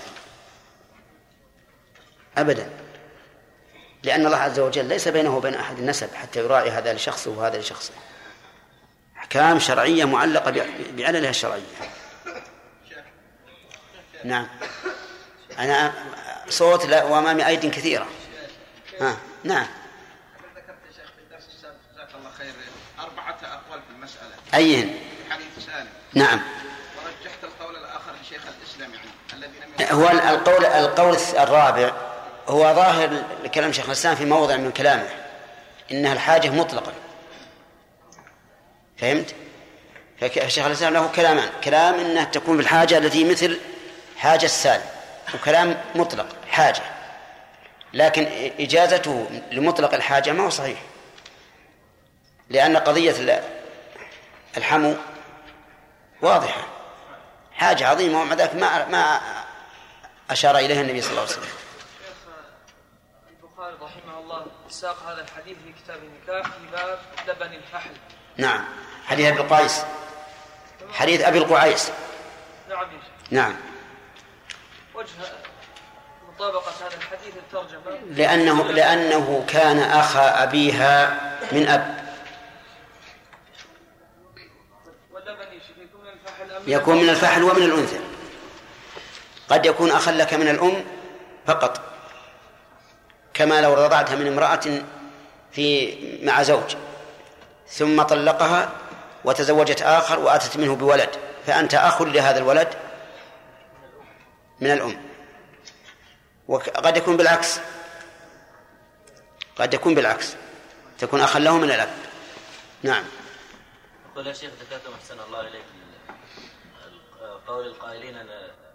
أبدا، لأن الله عز وجل ليس بينه وبين أحد النسب حتى يراعي هذا لشخصه وهذا لشخصه. أحكام شرعية معلقة بعللها الشرعية. نعم. أنا صوت وأمامي أيدي كثيرة. نعم. ذكرت يا شيخ في الدرس السابق جزاك الله خير 4 أقوال في المسألة. أيهن؟ في حديث سالم. نعم. ورجحت القول الآخر لشيخ الإسلام يعني الذي هو القول الرابع هو ظاهر لكلام شيخ الإسلام في موضع من كلامه، إنها الحاجة مطلقا. فهمت؟ فشيخ الإسلام له كلامان: كلام إنها تكون بالحاجة التي مثل حاجة السالم، وكلام مطلق حاجة، لكن إجازته لمطلق الحاجة ما هو صحيح، لأن قضية الحمو واضحة، حاجة عظيمة، ومع ذلك ما أشار إليها النبي صلى الله عليه وسلم. البخاري رحمه الله ساق هذا الحديث في كتاب النكاح في باب لبن الفحل. نعم، حديث أبي القعيس، حديث أبي القعيس. نعم. نعم. وجه مطابقة هذا الحديث الترجمة لأنه كان أخا أبيها من أب. يكون من الفحل ومن الأنثى. قد يكون أخا لك من الأم فقط، كما لو رضعتها من امرأة مع زوج ثم طلقها وتزوجت آخر وأتت منه بولد، فأنت أخ لهذا الولد من الأم. وقد يكون بالعكس، تكون أخا له من الأب. نعم. قل يا شيخ ذكرتم أحسن الله إليك قول القائلين أن